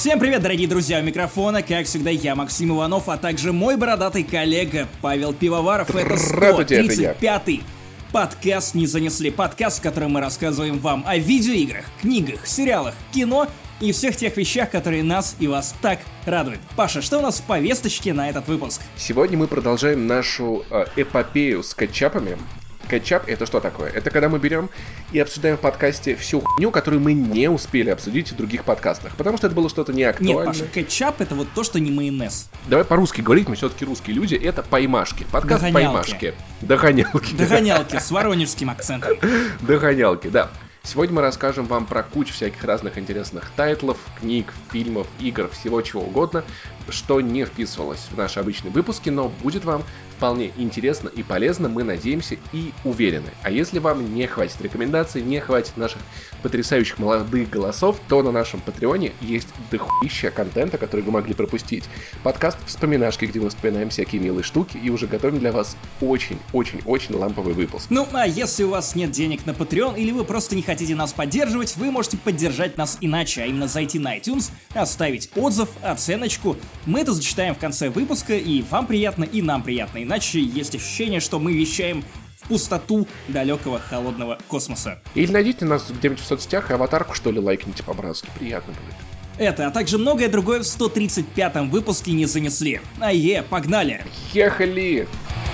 Всем привет, дорогие друзья, у микрофона, как всегда, я, Максим Иванов, а также мой бородатый коллега Павел Пивоваров. Это 135-й подкаст «Не занесли». Подкаст, в котором мы рассказываем вам о видеоиграх, книгах, сериалах, кино и всех тех вещах, которые нас и вас так радуют. Паша, что у нас в повесточке на этот выпуск? Сегодня мы продолжаем нашу эпопею с кетчапами. Кетчап — это что такое? Это когда мы берем и обсуждаем в подкасте всю хуйню, которую мы не успели обсудить в других подкастах, потому что это было что-то неактуальное. Нет, Паша, кетчап — это вот то, что не майонез. Давай по-русски говорить, мы все-таки русские люди, это поймашки. Подкаст поймашки. Догонялки. Догонялки с воронежским акцентом. Догонялки, да. Сегодня мы расскажем вам про кучу всяких разных интересных тайтлов, книг, фильмов, игр, всего чего угодно, что не вписывалось в наши обычные выпуски, но будет вам вполне интересно и полезно, мы надеемся и уверены. А если вам не хватит рекомендаций, не хватит наших потрясающих молодых голосов, то на нашем Патреоне есть дохуища контента, который вы могли пропустить. Подкаст «Вспоминашки», где мы вспоминаем всякие милые штуки и уже готовим для вас очень-очень-очень ламповый выпуск. Ну, а если у вас нет денег на Patreon или вы просто не хотите нас поддерживать, вы можете поддержать нас иначе, а именно зайти на iTunes, оставить отзыв, оценочку. Мы это зачитаем в конце выпуска, и вам приятно, и нам приятно. Иначе есть ощущение, что мы вещаем в пустоту далекого холодного космоса. Или найдите нас где-нибудь в соцсетях и аватарку, что ли, лайкните по-братски. Приятно будет. Это, а также многое другое в 135-м выпуске «Не занесли». Погнали! Ехали!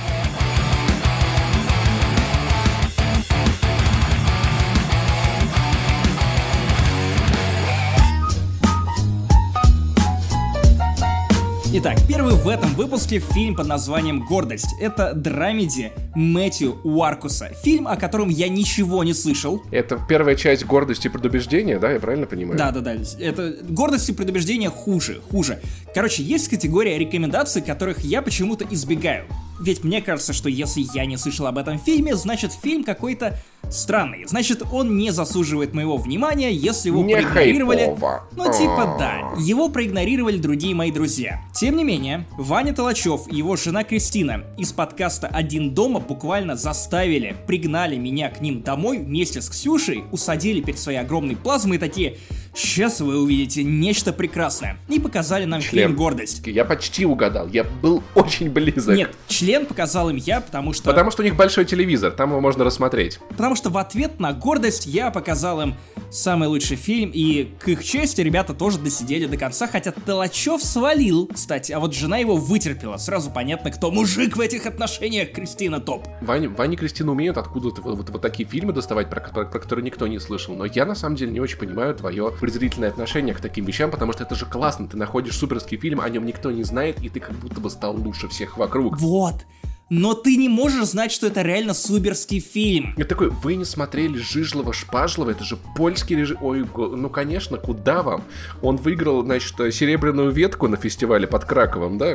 Итак, первый в этом выпуске фильм под названием «Гордость». Это драмеди Мэтью Уаркуса. Фильм, о котором я ничего не слышал. Это первая часть «Гордости и предубеждения», да? Я правильно понимаю? Да. Это «Гордость и предубеждение» хуже. Короче, есть категория рекомендаций, которых я почему-то избегаю. Ведь мне кажется, что если я не слышал об этом фильме, значит фильм какой-то странный. Значит, он не заслуживает моего внимания, если его проигнорировали. Хайпово. Да. Его проигнорировали другие мои друзья. Тем не менее, Ваня Толачев и его жена Кристина из подкаста «Один дома» буквально заставили, пригнали меня к ним домой вместе с Ксюшей, усадили перед своей огромной плазмой и такие: «Сейчас вы увидите нечто прекрасное». И показали нам фильм «Гордость». Я почти угадал, я был очень близок. Нет, член показал им я, потому что у них большой телевизор, там его можно рассмотреть. Потому что в ответ на «Гордость» я показал им самый лучший фильм, и к их чести ребята тоже досидели до конца, хотя Толачев свалил, кстати, а вот жена его вытерпела. Сразу понятно, кто мужик в этих отношениях. Кристина топ. Ваня и Кристина умеют откуда-то вот такие фильмы доставать, про которые никто не слышал, но я на самом деле не очень понимаю твое презрительное отношение к таким вещам, потому что это же классно, ты находишь суперский фильм, о нем никто не знает, и ты как будто бы стал лучше всех вокруг. Вот. Но ты не можешь знать, что это реально суперский фильм. Я такой: вы не смотрели Жижлова-Шпажлова? Это же польский режим. Ой, ну конечно, куда вам? Он выиграл, значит, серебряную ветку на фестивале под Краковом, да?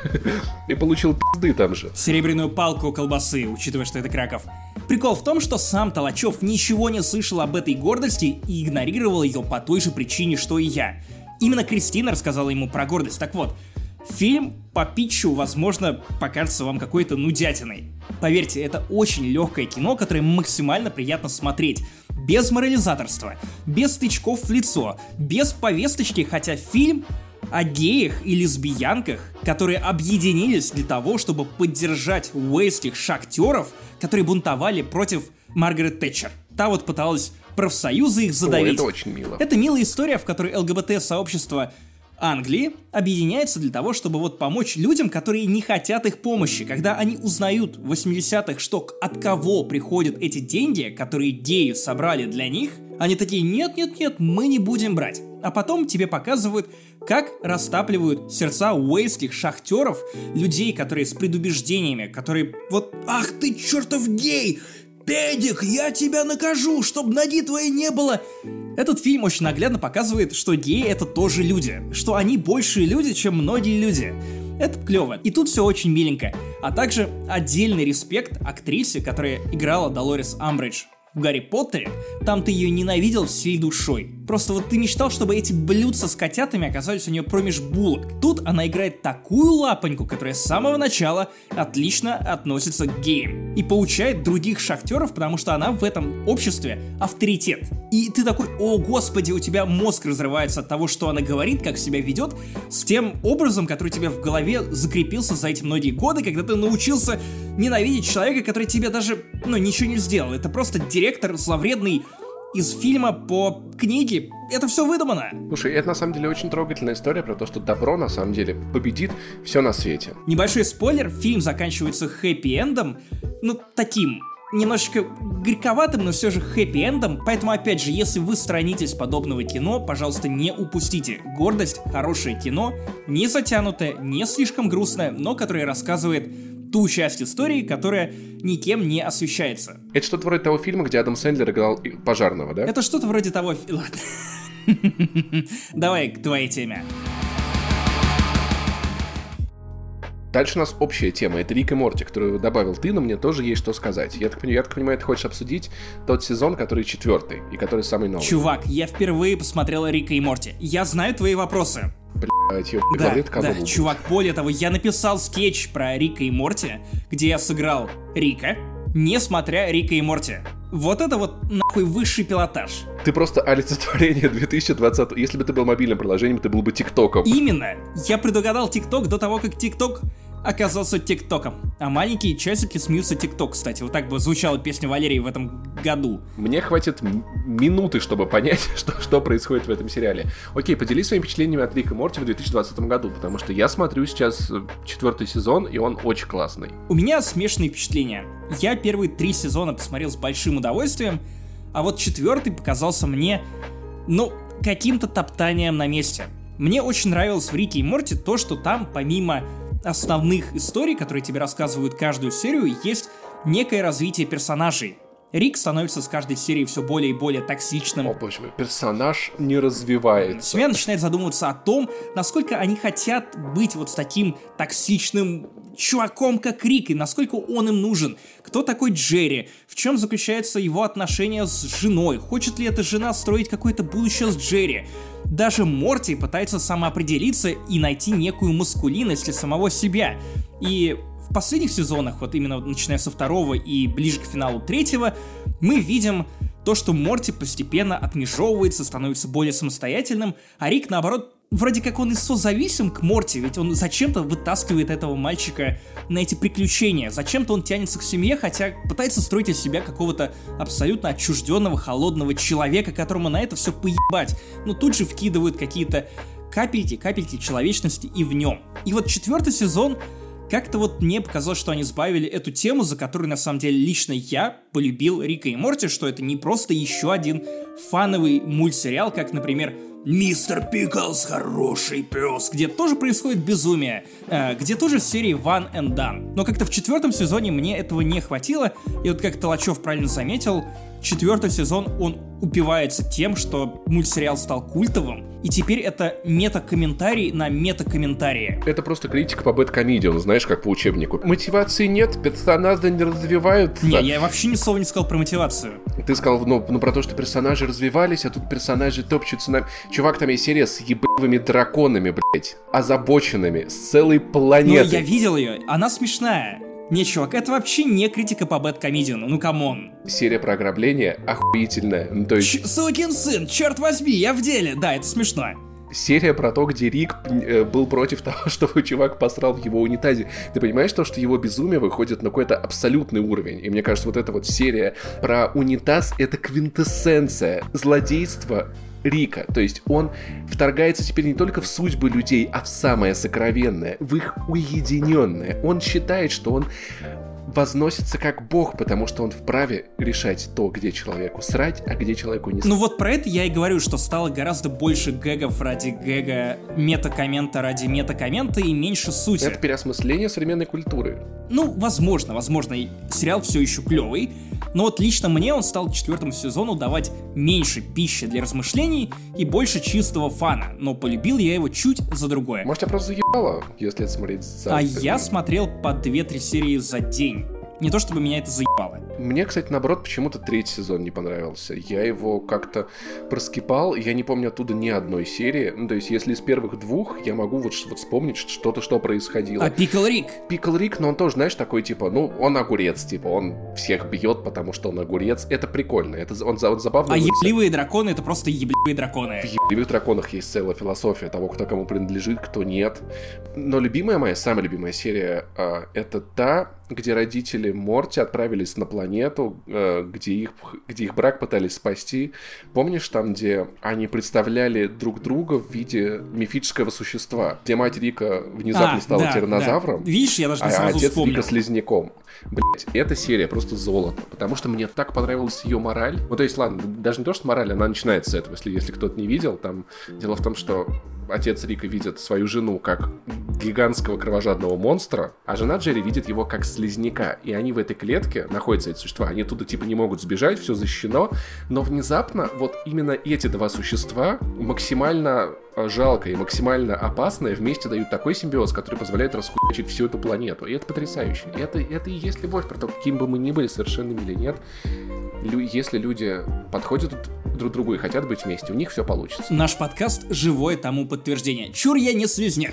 И получил пизды там же. Серебряную палку колбасы, учитывая, что это Краков. Прикол в том, что сам Толачев ничего не слышал об этой гордости и игнорировал ее по той же причине, что и я. Именно Кристина рассказала ему про «Гордость». Так вот, фильм по питчу, возможно, покажется вам какой-то нудятиной. Поверьте, это очень легкое кино, которое максимально приятно смотреть. Без морализаторства, без тычков в лицо, без повесточки, хотя фильм о геях и лесбиянках, которые объединились для того, чтобы поддержать уэльских шахтеров, которые бунтовали против Маргарет Тэтчер. Та вот пыталась профсоюзы их задавить. Это очень мило. Это милая история, в которой ЛГБТ-сообщество Англии объединяется для того, чтобы вот помочь людям, которые не хотят их помощи. Когда они узнают в 80-х, что от кого приходят эти деньги, которые геи собрали для них, они такие: нет, мы не будем брать. А потом тебе показывают, как растапливают сердца уэльских шахтеров, людей, которые с предубеждениями, которые вот: ах ты чертов гей! Педик, я тебя накажу, чтоб ноги твоей не было. Этот фильм очень наглядно показывает, что геи — это тоже люди, что они большие люди, чем многие люди. Это клево, и тут все очень миленько. А также отдельный респект актрисе, которая играла Долорес Амбридж в «Гарри Поттере». Там ты ее ненавидел всей душой. Просто вот ты мечтал, чтобы эти блюдца с котятами оказались у нее промеж булок. Тут она играет такую лапоньку, которая с самого начала отлично относится к геям. И поучает других шахтеров, потому что она в этом обществе авторитет. И ты такой: о господи, у тебя мозг разрывается от того, что она говорит, как себя ведет, с тем образом, который у тебя в голове закрепился за эти многие годы, когда ты научился ненавидеть человека, который тебе даже, ничего не сделал. Это просто директор зловредный из фильма по книге. Это все выдумано. Слушай, это на самом деле очень трогательная история про то, что добро на самом деле победит все на свете. Небольшой спойлер, фильм заканчивается хэппи-эндом, таким немножечко горьковатым, но все же хэппи-эндом. Поэтому, опять же, если вы сторонитесь подобного кино, пожалуйста, не упустите. «Гордость» — хорошее кино, не затянутое, не слишком грустное, но которое рассказывает ту часть истории, которая никем не освещается. Это что-то вроде того фильма, где Адам Сэндлер играл пожарного, да? Это что-то вроде того... Ладно. Давай к твоей теме. Дальше у нас общая тема. Это Рик и Морти, которую добавил ты, но мне тоже есть что сказать. Я так понимаю, ты хочешь обсудить тот сезон, который 4-й, и который самый новый. Чувак, я впервые посмотрел Рика и Морти. Я знаю твои вопросы. Да, чувак, более того, я написал скетч про Рика и Морти, где я сыграл Рика, не смотря Рика и Морти. Вот это вот нахуй высший пилотаж. Ты просто олицетворение 2020. Если бы ты был мобильным приложением, ты был бы ТикТоком. Именно. Я предугадал ТикТок до того, как ТикТок оказался ТикТоком. А маленькие часики смеются ТикТок, кстати. Вот так бы звучала песня Валерии в этом году. Мне хватит минуты, чтобы понять, что происходит в этом сериале. Окей, поделись своими впечатлениями от Рика и Морти в 2020 году, потому что я смотрю сейчас 4-й сезон, и он очень классный. У меня смешанные впечатления. Я первые 3 сезона посмотрел с большим удовольствием, а вот 4-й показался мне, каким-то топтанием на месте. Мне очень нравилось в Рике и Морти то, что там, помимо основных историй, которые тебе рассказывают каждую серию, есть некое развитие персонажей. Рик становится с каждой серией все более и более токсичным. О боже мой, персонаж не развивается. Семья начинает задумываться о том, насколько они хотят быть вот с таким токсичным чуваком, как Рик, и насколько он им нужен. Кто такой Джерри? В чем заключается его отношение с женой? Хочет ли эта жена строить какое-то будущее с Джерри? Даже Морти пытается самоопределиться и найти некую маскулинность для самого себя. И в последних сезонах, вот именно начиная со 2-го и ближе к финалу 3-го, мы видим то, что Морти постепенно отмежевывается, становится более самостоятельным, а Рик, наоборот, вроде как он и созависим к Морти, ведь он зачем-то вытаскивает этого мальчика на эти приключения, зачем-то он тянется к семье, хотя пытается строить из себя какого-то абсолютно отчужденного, холодного человека, которому на это все поебать, но тут же вкидывают какие-то капельки человечности и в нем. И вот 4-й сезон как-то вот мне показалось, что они сбавили эту тему, за которую на самом деле лично я полюбил Рика и Морти, что это не просто еще один фановый мультсериал, как, например, «Мистер Пиклз, хороший пес», где тоже происходит безумие, где тоже серии One and Done. Но как-то в 4-м сезоне мне этого не хватило, и вот как Толачев правильно заметил, 4-й сезон, он упивается тем, что мультсериал стал культовым, и теперь это мета-комментарий на мета-комментарии. Это просто критика по бэдкомедиану, знаешь, как по учебнику. Мотивации нет, персонажи не развиваются. Не, я вообще ни слова не сказал про мотивацию. Ты сказал, про то, что персонажи развивались, а тут персонажи топчутся на... Чувак, там есть серия с ебывыми драконами, блять, озабоченными, с целой планетой. Ну, я видел ее, она смешная. Не, чувак, это вообще не критика по бэдкомедиану, камон. Серия про ограбление охуительная, то есть... Сукин сын, черт возьми, я в деле, да, это смешно. Серия про то, где Рик был против того, чтобы чувак посрал в его унитазе. Ты понимаешь то, что его безумие выходит на какой-то абсолютный уровень? И мне кажется, вот эта вот серия про унитаз — это квинтэссенция злодейства Рика. То есть он вторгается теперь не только в судьбы людей, а в самое сокровенное, в их уединенное. Он считает, что он возносится как бог, потому что он вправе решать то, где человеку срать, а где человеку не срать. Ну вот про это я и говорю, что стало гораздо больше гэгов ради гэга, мета-коммента ради мета-коммента и меньше сути. Это переосмысление современной культуры. Ну, возможно, сериал все еще клевый, но вот лично мне он стал к 4-му сезону давать меньше пищи для размышлений и больше чистого фана, но полюбил я его чуть за другое. Может, я просто заебало, если это смотреть за... А я смотрел по 2-3 серии за день. Не то чтобы меня это заебало. Мне, кстати, наоборот, почему-то 3-й сезон не понравился. Я его как-то проскипал, я не помню оттуда ни одной серии. Ну, то есть, если из первых 2, я могу вот вспомнить что-то, что происходило. А Пикл Рик? Пикл Рик, но он тоже, знаешь, такой, типа, ну, он огурец, типа, он всех бьет, потому что он огурец. Это прикольно, он забавно. А ебливые драконы — это просто ебливые драконы. В ебливых драконах есть целая философия того, кто кому принадлежит, кто нет. Но любимая моя, самая любимая серия, это та, где родители Морти отправились на планету, где их брак пытались спасти. Помнишь, там, где они представляли друг друга в виде мифического существа, где мать Рика внезапно стала тираннозавром, да. Видишь, я даже не сразу отец вспомнил. Рика слизняком. Блять, эта серия просто золото, потому что мне так понравилась ее мораль. Ну, то есть, ладно, даже не то, что мораль, она начинается с этого, если кто-то не видел. Там дело в том, что отец Рика видит свою жену как гигантского кровожадного монстра, а жена Джерри видит его как слизняка. И они в этой клетке находятся, эти существа, они оттуда типа не могут сбежать, все защищено, но внезапно вот именно эти два существа максимально жалкое и максимально опасное вместе дают такой симбиоз, который позволяет расхуячить всю эту планету. И это потрясающе. Это и есть любовь, про то, каким бы мы ни были, совершенными или нет. Если люди подходят друг к другу и хотят быть вместе, у них все получится. Наш подкаст — живое тому подтверждение. Чур, я не слизняк.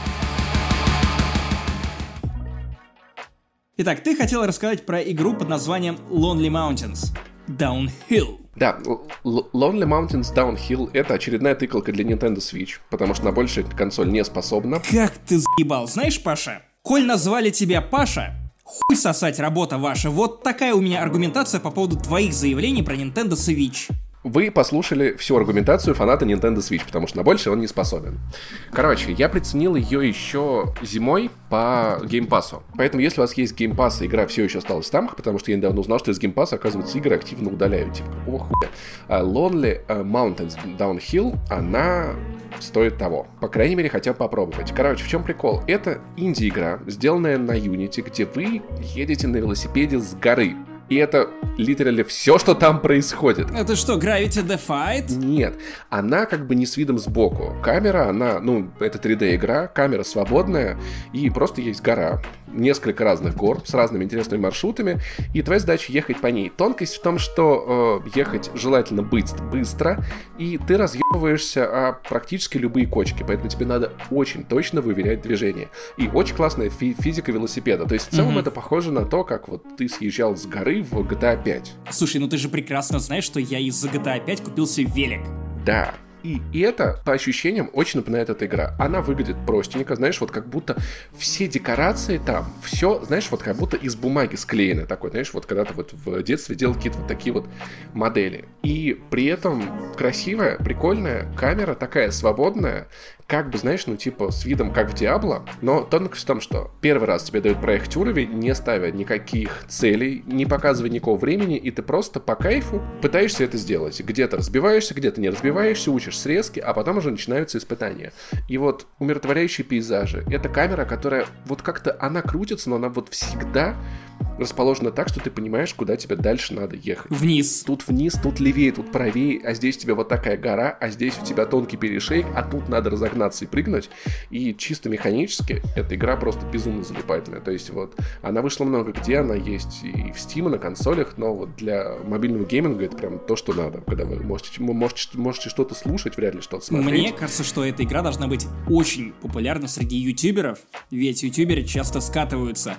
Итак, ты хотел рассказать про игру под названием Lonely Mountains Downhill. Да, Lonely Mountains Downhill — это очередная тыкалка для Nintendo Switch, потому что на больше консоль не способна. Как ты заебал, знаешь, Паша? Коль назвали тебя Паша, хуй сосать, работа ваша. Вот такая у меня аргументация по поводу твоих заявлений про Nintendo Switch. Вы послушали всю аргументацию фаната Nintendo Switch, потому что на больше он не способен. Короче, я приценил ее еще зимой по Game Pass'у. Поэтому, если у вас есть Game Pass, и игра все еще осталась там, потому что я недавно узнал, что из Game Pass, оказывается, игры активно удаляют. Типа, какого хуя? Lonely Mountains Downhill, она стоит того. По крайней мере, хотя бы попробовать. Короче, в чем прикол? Это инди-игра, сделанная на Unity, где вы едете на велосипеде с горы. И это литерально все, что там происходит. Это что, Gravity Defied? Нет, она как бы не с видом сбоку. Камера, она, это 3D-игра, камера свободная, и просто есть гора. Несколько разных гор с разными интересными маршрутами, и твоя задача ехать по ней. Тонкость в том, что ехать желательно быстро, и ты разъебываешься о практически любые кочки, поэтому тебе надо очень точно выверять движение. И очень классная физика велосипеда. То есть в целом это похоже на то, как вот ты съезжал с горы в GTA 5. Слушай, ты же прекрасно знаешь, что я из-за GTA 5 купил себе велик. Да. И это, по ощущениям, очень напоминает эта игра. Она выглядит простенько, знаешь, вот как будто все декорации там, все, знаешь, вот как будто из бумаги склеено такой, знаешь, вот когда ты вот в детстве делал какие-то вот такие вот модели. И при этом красивая, прикольная камера, такая свободная, как бы, знаешь, с видом как в Диабло, но тонкость в том, что первый раз тебе дают проехать уровень, не ставя никаких целей, не показывая никакого времени, и ты просто по кайфу пытаешься это сделать. Где-то разбиваешься, где-то не разбиваешься, учишь срезки, а потом уже начинаются испытания. И вот умиротворяющие пейзажи. Это камера, которая вот как-то, она крутится, но она вот всегда расположена так, что ты понимаешь, куда тебе дальше надо ехать. Вниз. Тут вниз, тут левее, тут правее, а здесь у тебя вот такая гора, а здесь у тебя тонкий перешейк, а тут надо разогнаться и прыгнуть. И чисто механически эта игра просто безумно залипательная. То есть вот она вышла много где, она есть и в Steam, и на консолях, но вот для мобильного гейминга это прям то, что надо. Когда вы можете что-то слушать, вряд ли что-то смотреть. Мне кажется, что эта игра должна быть очень популярна среди ютуберов, ведь ютуберы часто скатываются.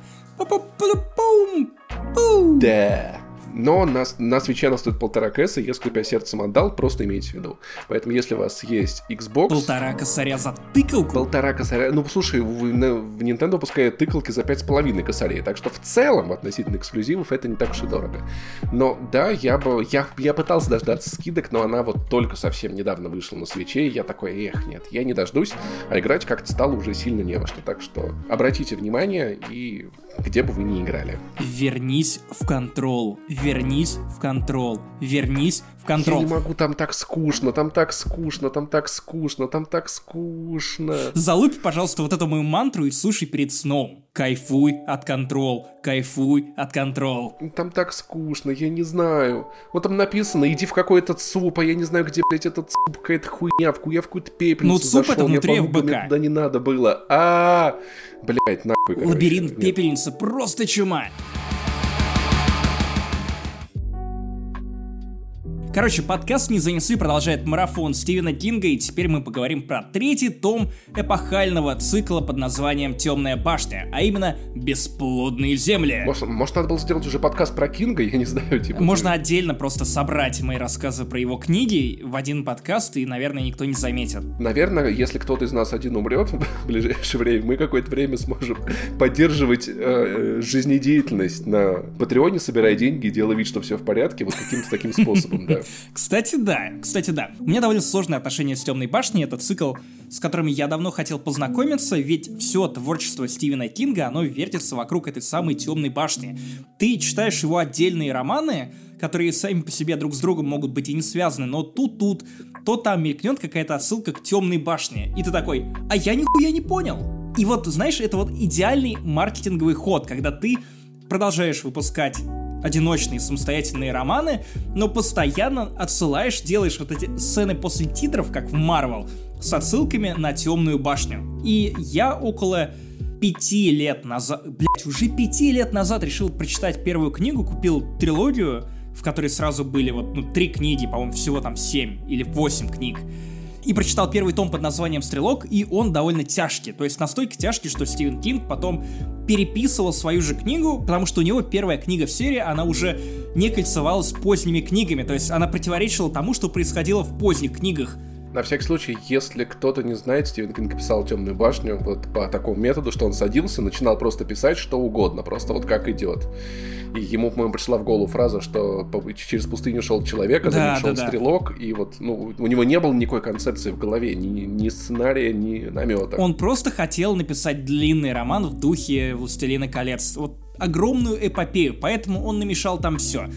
Да. Но на свече она стоит 1,5 кэса, я, скрипя сердцем, отдал, просто имейте в виду. Поэтому, если у вас есть Xbox... 1,5 косаря за тыкалку? 1,5 косаря... слушай, в Nintendo выпускают тыкалки за 5,5 косарей, так что в целом, относительно эксклюзивов, это не так уж и дорого. Но, да, я пытался дождаться скидок, но она вот только совсем недавно вышла на свече, и я такой, нет, я не дождусь, а играть как-то стало уже сильно не во что. Так что обратите внимание, и где бы вы ни играли. Вернись в Control. Вернись в Control. Вернись в Control. Я не могу, там так скучно, там так скучно, там так скучно, там так скучно. Залупи, пожалуйста, вот эту мою мантру и слушай перед сном. Кайфуй от Control. Кайфуй от Control. Там так скучно, я не знаю. Вот там написано, иди в какой-то ЦУП, а я не знаю, где, блядь, этот ЦУП, какая-то хуйня, я в какую-то пепельницу ЦУП зашел, это внутри ФБК. Мне туда не надо было. Блядь, нахуй, короче. Лабиринт пепельницы просто чума. Короче, подкаст «Не занесли» продолжает марафон Стивена Кинга, и теперь мы поговорим про третий том эпохального цикла под названием «Темная башня», а именно «Бесплодные земли». Может, надо было сделать уже подкаст про Кинга, я не знаю, типа... Можно отдельно просто собрать мои рассказы про его книги в один подкаст, и, наверное, никто не заметит. Наверное, если кто-то из нас один умрет в ближайшее время, мы какое-то время сможем поддерживать жизнедеятельность на Патреоне, собирая деньги и делая вид, что все в порядке, вот каким-то таким способом, да. Кстати, да. У меня довольно сложное отношение с «Темной башней». Это цикл, с которым я давно хотел познакомиться, ведь все творчество Стивена Кинга, оно вертится вокруг этой самой «Темной башни». Ты читаешь его отдельные романы, которые сами по себе друг с другом могут быть и не связаны, но тут, то там мелькнет какая-то отсылка к «Темной башне». И ты такой, а я нихуя не понял. И вот, знаешь, это вот идеальный маркетинговый ход, когда ты продолжаешь выпускать одиночные самостоятельные романы, но постоянно отсылаешь, делаешь вот эти сцены после титров, как в Marvel, с отсылками на «Темную башню». И я около 5 лет назад, уже 5 лет назад решил прочитать первую книгу, купил трилогию, в которой сразу были 3 книги, по-моему, всего там 7 или 8 книг. И прочитал первый том под названием «Стрелок», и он довольно тяжкий. То есть настолько тяжкий, что Стивен Кинг потом переписывал свою же книгу, потому что у него первая книга в серии, она уже не кольцевалась с поздними книгами. То есть она противоречила тому, что происходило в поздних книгах. На всякий случай, если кто-то не знает, Стивен Кинг писал «Темную башню» вот по такому методу, что он садился, начинал просто писать что угодно, просто вот как идет. И ему, по-моему, пришла в голову фраза, что через пустыню шел человек, а за ним шел стрелок, и вот, у него не было никакой концепции в голове, ни сценария, ни намета. Он просто хотел написать длинный роман в духе «Властелина колец». Вот огромную эпопею, поэтому он намешал там все.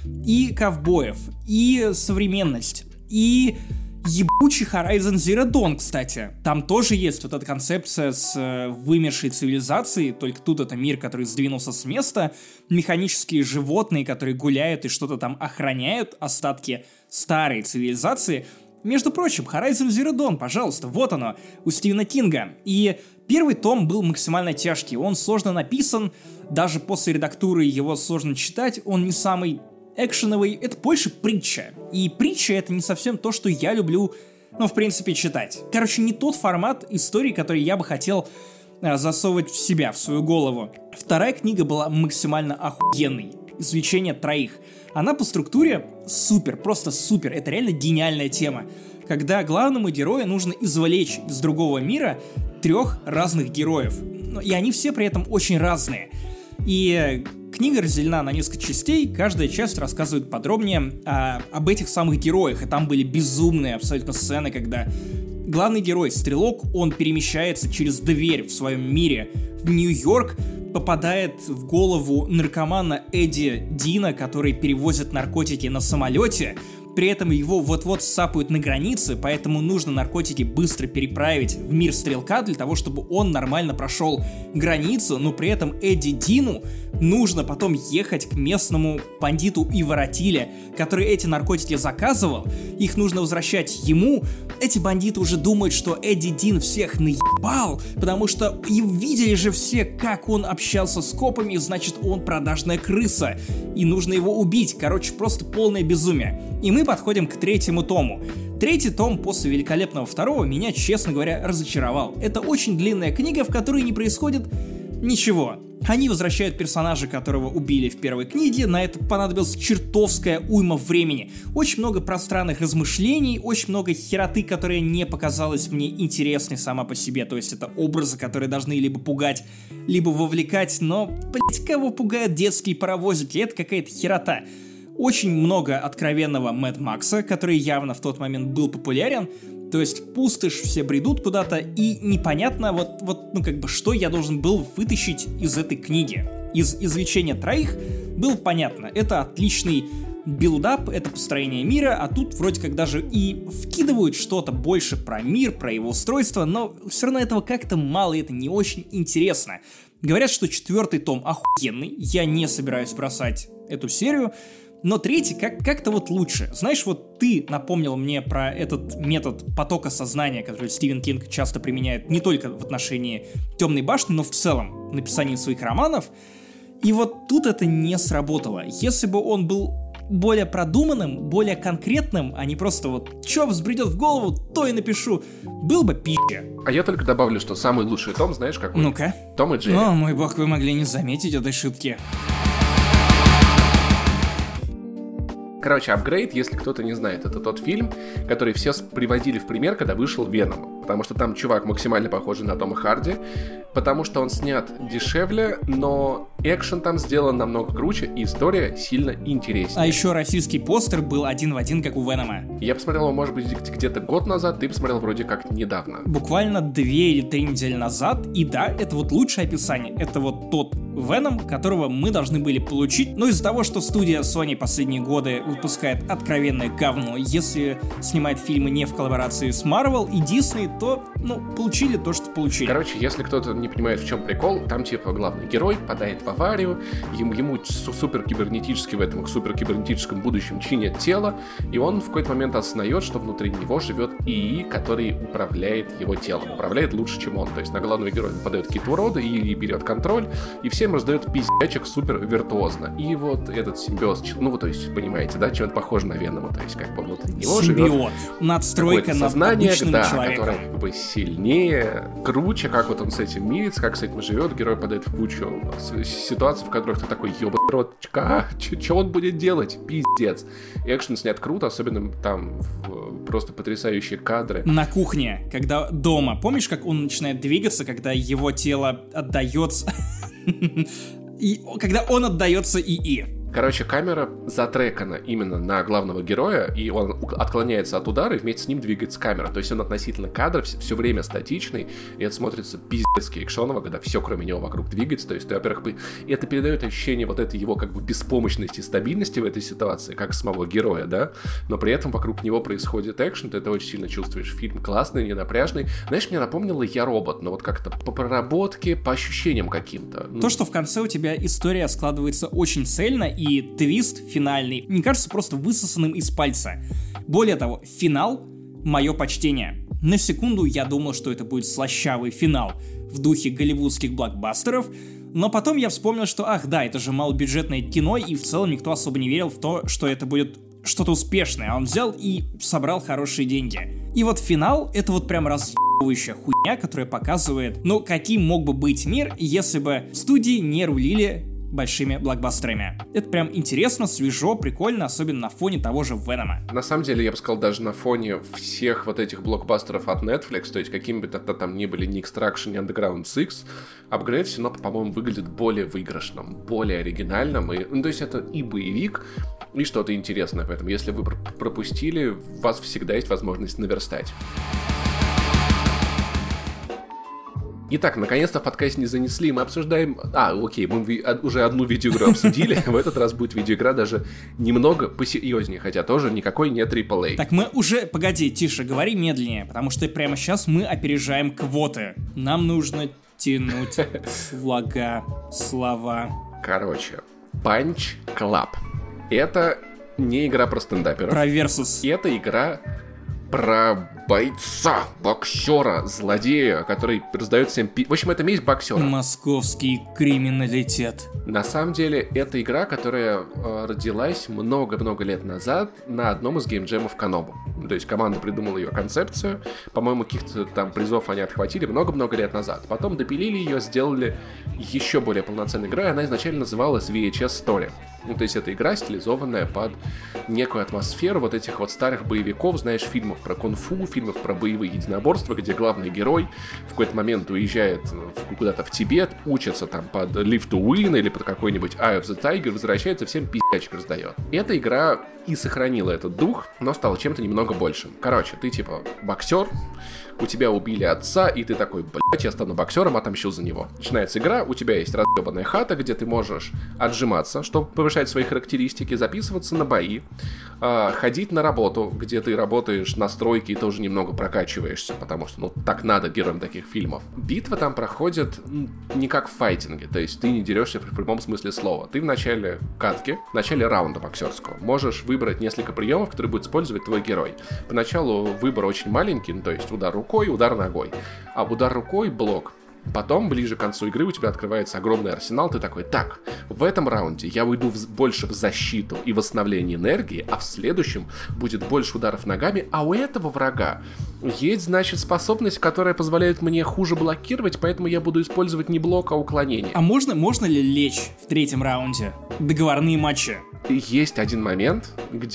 И ковбоев, и современность, и ебучий Horizon Zero Dawn, кстати. Там тоже есть вот эта концепция с вымершей цивилизацией, только тут это мир, который сдвинулся с места, механические животные, которые гуляют и что-то там охраняют, остатки старой цивилизации. Между прочим, Horizon Zero Dawn, пожалуйста, вот оно, у Стивена Кинга. И первый том был максимально тяжкий, он сложно написан, даже после редактуры его сложно читать, он не самый экшеновый, это больше притча. И притча — это не совсем то, что я люблю, в принципе, читать. Короче, не тот формат истории, который я бы хотел засовывать в себя, в свою голову. Вторая книга была максимально охуенной. «Извлечение троих». Она по структуре супер, просто супер. Это реально гениальная тема. Когда главному герою нужно извлечь из другого мира 3 разных героев. И они все при этом очень разные. И книга разделена на несколько частей, каждая часть рассказывает подробнее об этих самых героях, и там были безумные абсолютно сцены, когда главный герой, Стрелок, он перемещается через дверь в своем мире в Нью-Йорк, попадает в голову наркомана Эдди Дина, который перевозит наркотики на самолете. При этом его вот-вот сапают на границе, поэтому нужно наркотики быстро переправить в мир Стрелка для того, чтобы он нормально прошел границу, но при этом Эдди Дину нужно потом ехать к местному бандиту и воротиле, который эти наркотики заказывал, их нужно возвращать ему. Эти бандиты уже думают, что Эдди Дин всех наебал, потому что и видели же все, как он общался с копами, значит, он продажная крыса, и нужно его убить. Короче, просто полное безумие. И мы подходим к 3-му тому. 3-й том после великолепного 2-го меня, честно говоря, разочаровал. Это очень длинная книга, в которой не происходит ничего. Они возвращают персонажа, которого убили в первой книге, на это понадобилась чертовская уйма времени. Очень много пространных размышлений, очень много хероты, которая не показалась мне интересной сама по себе. То есть это образы, которые должны либо пугать, либо вовлекать, но, блять, кого пугают детские паровозики? Это какая-то херота. Очень много откровенного Мэд Макса, который явно в тот момент был популярен. То есть пустошь, все бредут куда-то, и непонятно что я должен был вытащить из этой книги. Из «Извлечения троих» было понятно, это отличный билдап, это построение мира, а тут вроде как даже и вкидывают что-то больше про мир, про его устройство, но все равно этого как-то мало, и это не очень интересно. Говорят, что 4-й том охуенный, я не собираюсь бросать эту серию, но 3-й как-то вот лучше. Знаешь, вот ты напомнил мне про этот метод потока сознания, который Стивен Кинг часто применяет не только в отношении «Темной башни», но в целом в написании своих романов. И вот тут это не сработало. Если бы он был более продуманным, более конкретным, а не просто вот, что взбредет в голову, то и напишу. Был бы пи***. А я только добавлю, что самый лучший том, знаешь какой? Ну-ка. Том и Джерри. О, мой бог, вы могли не заметить этой шутки. Короче, «Апгрейд», если кто-то не знает, это тот фильм, который все приводили в пример, когда вышел «Веном». Потому что там чувак максимально похожий на Тома Харди, потому что он снят дешевле, но экшен там сделан намного круче, и история сильно интереснее. А еще российский постер был один в один, как у Венома. Я посмотрел его, может быть, где-то год назад, ты посмотрел вроде как недавно. Буквально 2 или 3 недели назад, и да, это вот лучшее описание. Это вот тот Веном, которого мы должны были получить, но из-за того, что студия Sony последние годы выпускает откровенное говно, если снимает фильмы не в коллаборации с Marvel и Disney, то, получили то, что получили. Короче, если кто-то не понимает, в чем прикол, там, типа, главный герой попадает в аварию, ему суперкибернетически в этом суперкибернетическом будущем чинят тело, и он в какой-то момент осознает, что внутри него живет ИИ, который управляет его телом, управляет лучше, чем он. То есть на главного героя нападают какие-то уроды, ИИ берет контроль, и всем раздает пиздячек супер виртуозно. И вот этот симбиоз, то есть, понимаете, да, чем-то похоже на Венома, то есть, как бы внутри него живет надстройка над сознание, обычным человеком. которое как бы сильнее, круче, как вот он с этим мирится, как с этим живет. Герой падает в кучу ситуаций, в которых ты такой, ёбаный рот, что он будет делать? Пиздец. Экшен снят круто, особенно там просто потрясающие кадры. На кухне, когда дома, помнишь, как он начинает двигаться, когда его тело отдается... Когда он отдается ИИ. Короче, камера затрекана именно на главного героя, и он отклоняется от удара, и вместе с ним двигается камера. То есть он относительно кадра все время статичный, и это смотрится пиздецки экшоново, когда все кроме него вокруг двигается. То есть, во-первых, это передает ощущение вот этой его как бы беспомощности и стабильности в этой ситуации, как самого героя, да? Но при этом вокруг него происходит экшен, ты это очень сильно чувствуешь. Фильм классный, ненапряжный. Знаешь, мне напомнило «Я робот», но вот как-то по проработке, по ощущениям каким-то. То, что в конце у тебя история складывается очень цельно, и твист финальный, мне кажется, просто высосанным из пальца. Более того, финал — мое почтение. На секунду я думал, что это будет слащавый финал в духе голливудских блокбастеров, но потом я вспомнил, что, это же малобюджетное кино, и в целом никто особо не верил в то, что это будет что-то успешное. А он взял и собрал хорошие деньги. И вот финал — это вот прям разъебывающая хуйня, которая показывает, каким мог бы быть мир, если бы студии не рулили большими блокбастерами. Это прям интересно, свежо, прикольно, особенно на фоне того же Венома. На самом деле, я бы сказал, даже на фоне всех вот этих блокбастеров от Netflix, то есть какими бы то там ни были ни Extraction, ни Underground Six, Upgrade все равно, по-моему, выглядит более выигрышным, более оригинальным. То есть это и боевик, и что-то интересное. Поэтому, если вы пропустили, у вас всегда есть возможность наверстать. Итак, наконец-то в подкасте не занесли, мы обсуждаем... мы уже одну видеоигру обсудили, в этот раз будет видеоигра даже немного посерьезнее, хотя тоже никакой не AAA. Так мы уже... Погоди, тише, говори медленнее, потому что прямо сейчас мы опережаем квоты. Нам нужно тянуть слова. Короче, Punch Club. Это не игра про стендаперов. Про Versus. Это игра про бойца, боксера, злодея, который раздает всем В общем, это месть боксера. Московский криминалитет. На самом деле, это игра, которая родилась много-много лет назад на одном из геймджемов Канобу. То есть команда придумала ее концепцию. По-моему, каких-то там призов они отхватили много-много лет назад. Потом допилили ее, сделали еще более полноценной игрой. Она изначально называлась VHS Story. То есть это игра, стилизованная под некую атмосферу вот этих вот старых боевиков, знаешь, фильмов про кунг-фу, фильмов про боевые единоборства, где главный герой в какой-то момент уезжает куда-то в Тибет, учится там под Live to Win или под какой-нибудь Eye of the Tiger, возвращается, всем пиздячек раздает. Эта игра и сохранила этот дух, но стала чем-то немного большим. Короче, ты типа боксер, у тебя убили отца, и ты такой, я стану боксером, отомщу за него. Начинается игра, у тебя есть разъебанная хата, где ты можешь отжиматься, чтобы повышать свои характеристики, записываться на бои, ходить на работу, где ты работаешь на стройке и тоже немного прокачиваешься, потому что, так надо героям таких фильмов. Битва там проходит не как в файтинге, то есть ты не дерешься в прямом смысле слова. Ты в начале катки, в начале раунда боксерского можешь выбрать несколько приемов, которые будет использовать твой герой. Поначалу выбор очень маленький, то есть удар рукой, удар ногой. А удар рукой — блок. Потом, ближе к концу игры, у тебя открывается огромный арсенал, ты такой, так, в этом раунде я уйду больше в защиту и восстановление энергии, а в следующем будет больше ударов ногами, а у этого врага есть, значит, способность, которая позволяет мне хуже блокировать, поэтому я буду использовать не блок, а уклонение. А можно ли лечь в третьем раунде? Договорные матчи. Есть один момент,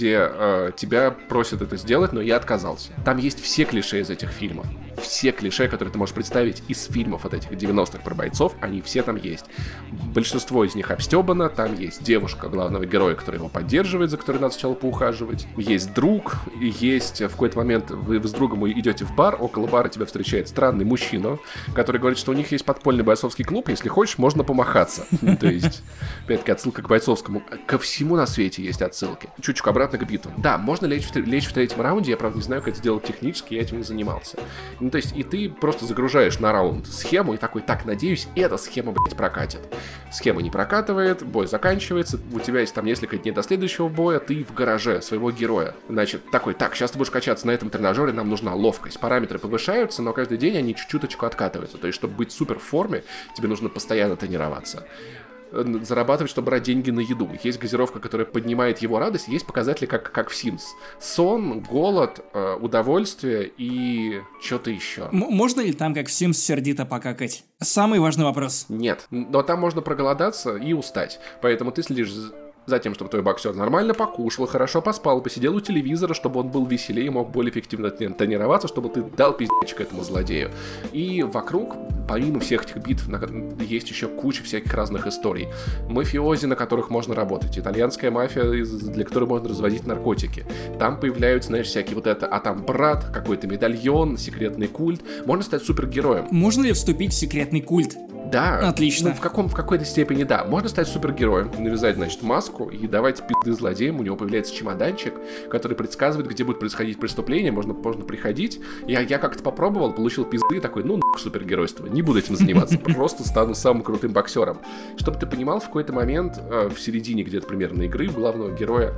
где тебя просят это сделать, но я отказался. Там есть все клише из этих фильмов. Все клише, которые ты можешь представить из фильмов от этих 90-х про бойцов, они все там есть. Большинство из них обстебано. Там есть девушка главного героя, которая его поддерживает, за которой надо сначала поухаживать. Есть друг, и есть в какой-то момент вы с другом идете в бар, около бара тебя встречает странный мужчина, который говорит, что у них есть подпольный бойцовский клуб, если хочешь, можно помахаться. То есть, опять-таки, отсылка к бойцовскому. Ко всему на свете есть отсылки. Чуть-чуть обратно к битвам. Да, можно лечь в третьем раунде, я, правда, не знаю, как это сделать технически, я этим не занимался. Ну, то есть, и ты просто загружаешь на раунд схему и такой, так, надеюсь, эта схема, блядь, прокатит. Схема не прокатывает, бой заканчивается, у тебя есть там несколько дней до следующего боя, ты в гараже своего героя. Значит, такой, так, сейчас ты будешь качаться на этом тренажере, нам нужна ловкость. Параметры повышаются, но каждый день они чуть-чуточку откатываются. То есть, чтобы быть супер в форме, тебе нужно постоянно тренироваться. Зарабатывать, чтобы брать деньги на еду. Есть газировка, которая поднимает его радость, есть показатели, как в Sims. Сон, голод, удовольствие и что-то еще. Можно ли там, как в Sims, сердито покакать? Самый важный вопрос. Нет, но там можно проголодаться и устать. Поэтому ты следишь за тем, чтобы твой боксер нормально покушал, хорошо поспал, посидел у телевизора, чтобы он был веселее и мог более эффективно тренироваться, чтобы ты дал пиздечек этому злодею. И вокруг, помимо всех этих битв, есть еще куча всяких разных историй. Мафиози, на которых можно работать, итальянская мафия, для которой можно разводить наркотики. Там появляются, знаешь, всякие вот это, а там брат, какой-то медальон, секретный культ. Можно стать супергероем. Можно ли вступить в секретный культ? Да. Отлично. Ну, в какой-то степени да. Можно стать супергероем, навязать, значит, маску и давать пизды злодеям. У него появляется чемоданчик, который предсказывает, где будет происходить преступление. Можно приходить. Я как-то попробовал, получил пизды и такой, супергеройство. Не буду этим заниматься. Просто стану самым крутым боксером. Чтобы ты понимал, в какой-то момент, в середине где-то примерно игры, у главного героя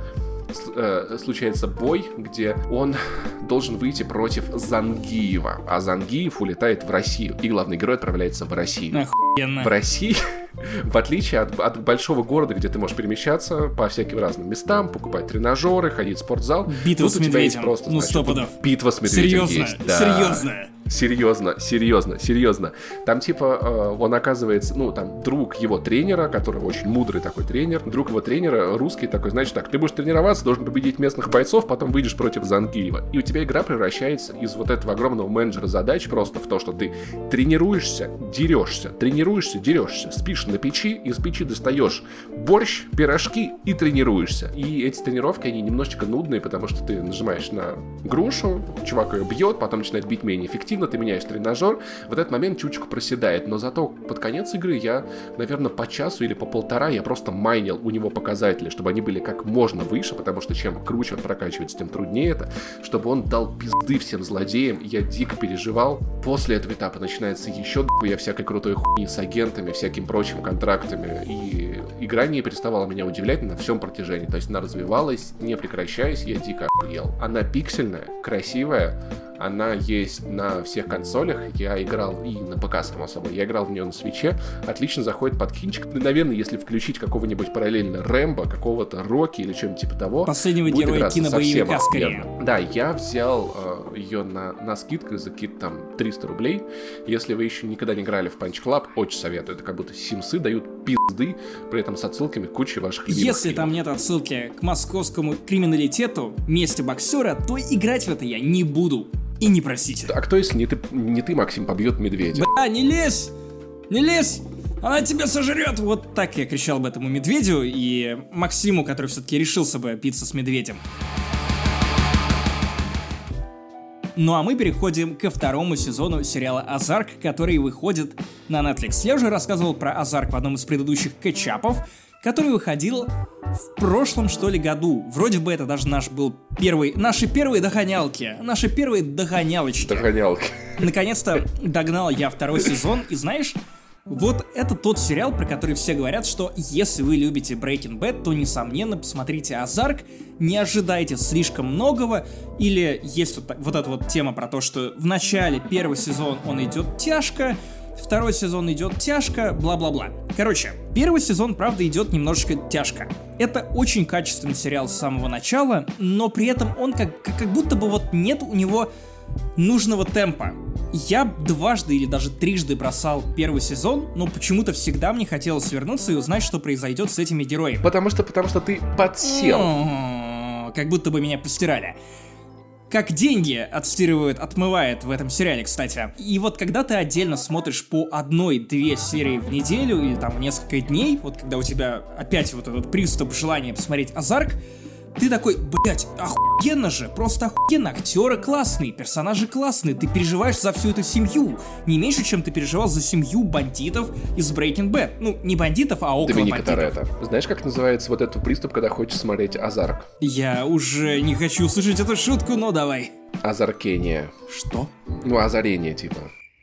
случается бой, где он должен выйти против Зангиева. А Зангиев улетает в Россию. И главный герой отправляется в Россию. Охуенно. В России, в отличие от большого города, где ты можешь перемещаться по всяким разным местам, покупать тренажеры, ходить в спортзал. Битва с медведем. Просто, значит, 100 пудов. Битва с медведем есть. Да. Серьезно. Там типа он оказывается, там друг его тренера, который очень мудрый такой тренер, друг его тренера русский такой, значит так, ты будешь тренироваться, должен победить местных бойцов, потом выйдешь против Зангиева. И у тебя игра превращается из вот этого огромного менеджера задач просто в то, что ты тренируешься, дерешься, спишь на печи, из печи достаешь борщ, пирожки и тренируешься. И эти тренировки, они немножечко нудные, потому что ты нажимаешь на грушу, чувак ее бьет, потом начинает бить менее эффективно, ты меняешь тренажер, в этот момент чуточку проседает, но зато под конец игры я, наверное, по часу или по полтора я просто майнил у него показатели, чтобы они были как можно выше, потому что чем круче он прокачивается, тем труднее это, чтобы он дал пизды всем злодеям, я дико переживал. После этого этапа начинается еще дохуя всякой крутой хуйни с агентами, всяким прочим контрактами, и игра не переставала меня удивлять на всем протяжении, то есть она развивалась, не прекращаясь, я дико охуел. Она пиксельная, красивая, она есть на всех консолях, я играл и на ПК, само собой, я играл в нее на Свитче, отлично заходит под кинчик. Наверное, если включить какого-нибудь параллельно Рэмбо, какого-то Рокки или что-нибудь типа того, последнего героя кинобоевика скорее. Да, я взял ее на скидку за какие-то там 300 рублей. Если вы еще никогда не играли в Punch Club, очень советую. Это как будто симсы дают пизды, при этом с отсылками к куче ваших любимых Если фильмов. Там нет отсылки к московскому криминалитету, месте боксера, то играть в это я не буду. И не просите. А кто, если не ты, Максим, побьет медведя? Не лезь! Не лезь! Она тебя сожрет! Вот так я кричал об этому медведю и Максиму, который все-таки решился бы биться с медведем. Ну а мы переходим ко второму сезону сериала «Озарк», который выходит на Netflix. Я уже рассказывал про «Озарк» в одном из предыдущих кэтчапов, который выходил в прошлом, что ли, году. Вроде бы это даже наши первые догонялки. Наши первые догонялочки. Догонялки. Наконец-то догнал я второй сезон, и знаешь, вот это тот сериал, про который все говорят, что если вы любите Breaking Bad, то, несомненно, посмотрите «Озарк», не ожидайте слишком многого, или есть вот эта вот тема про то, что в начале первый сезон он идет тяжко, второй сезон идет тяжко, бла-бла-бла. Короче, первый сезон, правда, идет немножечко тяжко. Это очень качественный сериал с самого начала, но при этом он как будто бы вот нет у него нужного темпа. Я дважды или даже трижды бросал первый сезон, но почему-то всегда мне хотелось вернуться и узнать, что произойдет с этими героями. Потому что ты подсел. Как будто бы меня постирали. Как деньги отмывает в этом сериале, кстати. И вот когда ты отдельно смотришь по 1-2 серии в неделю или там в несколько дней, вот когда у тебя опять вот этот приступ желания посмотреть Озарк, ты такой, блять, охуенно же, просто охуенно, актеры классные, персонажи классные, ты переживаешь за всю эту семью, не меньше, чем ты переживал за семью бандитов из Breaking Bad. Ну, не бандитов, а около Доминика бандитов. Торетто. Знаешь, как называется вот этот приступ, когда хочешь смотреть Озарк? Я уже не хочу услышать эту шутку, но давай. Озаркение. Что? Ну, озарение, типа.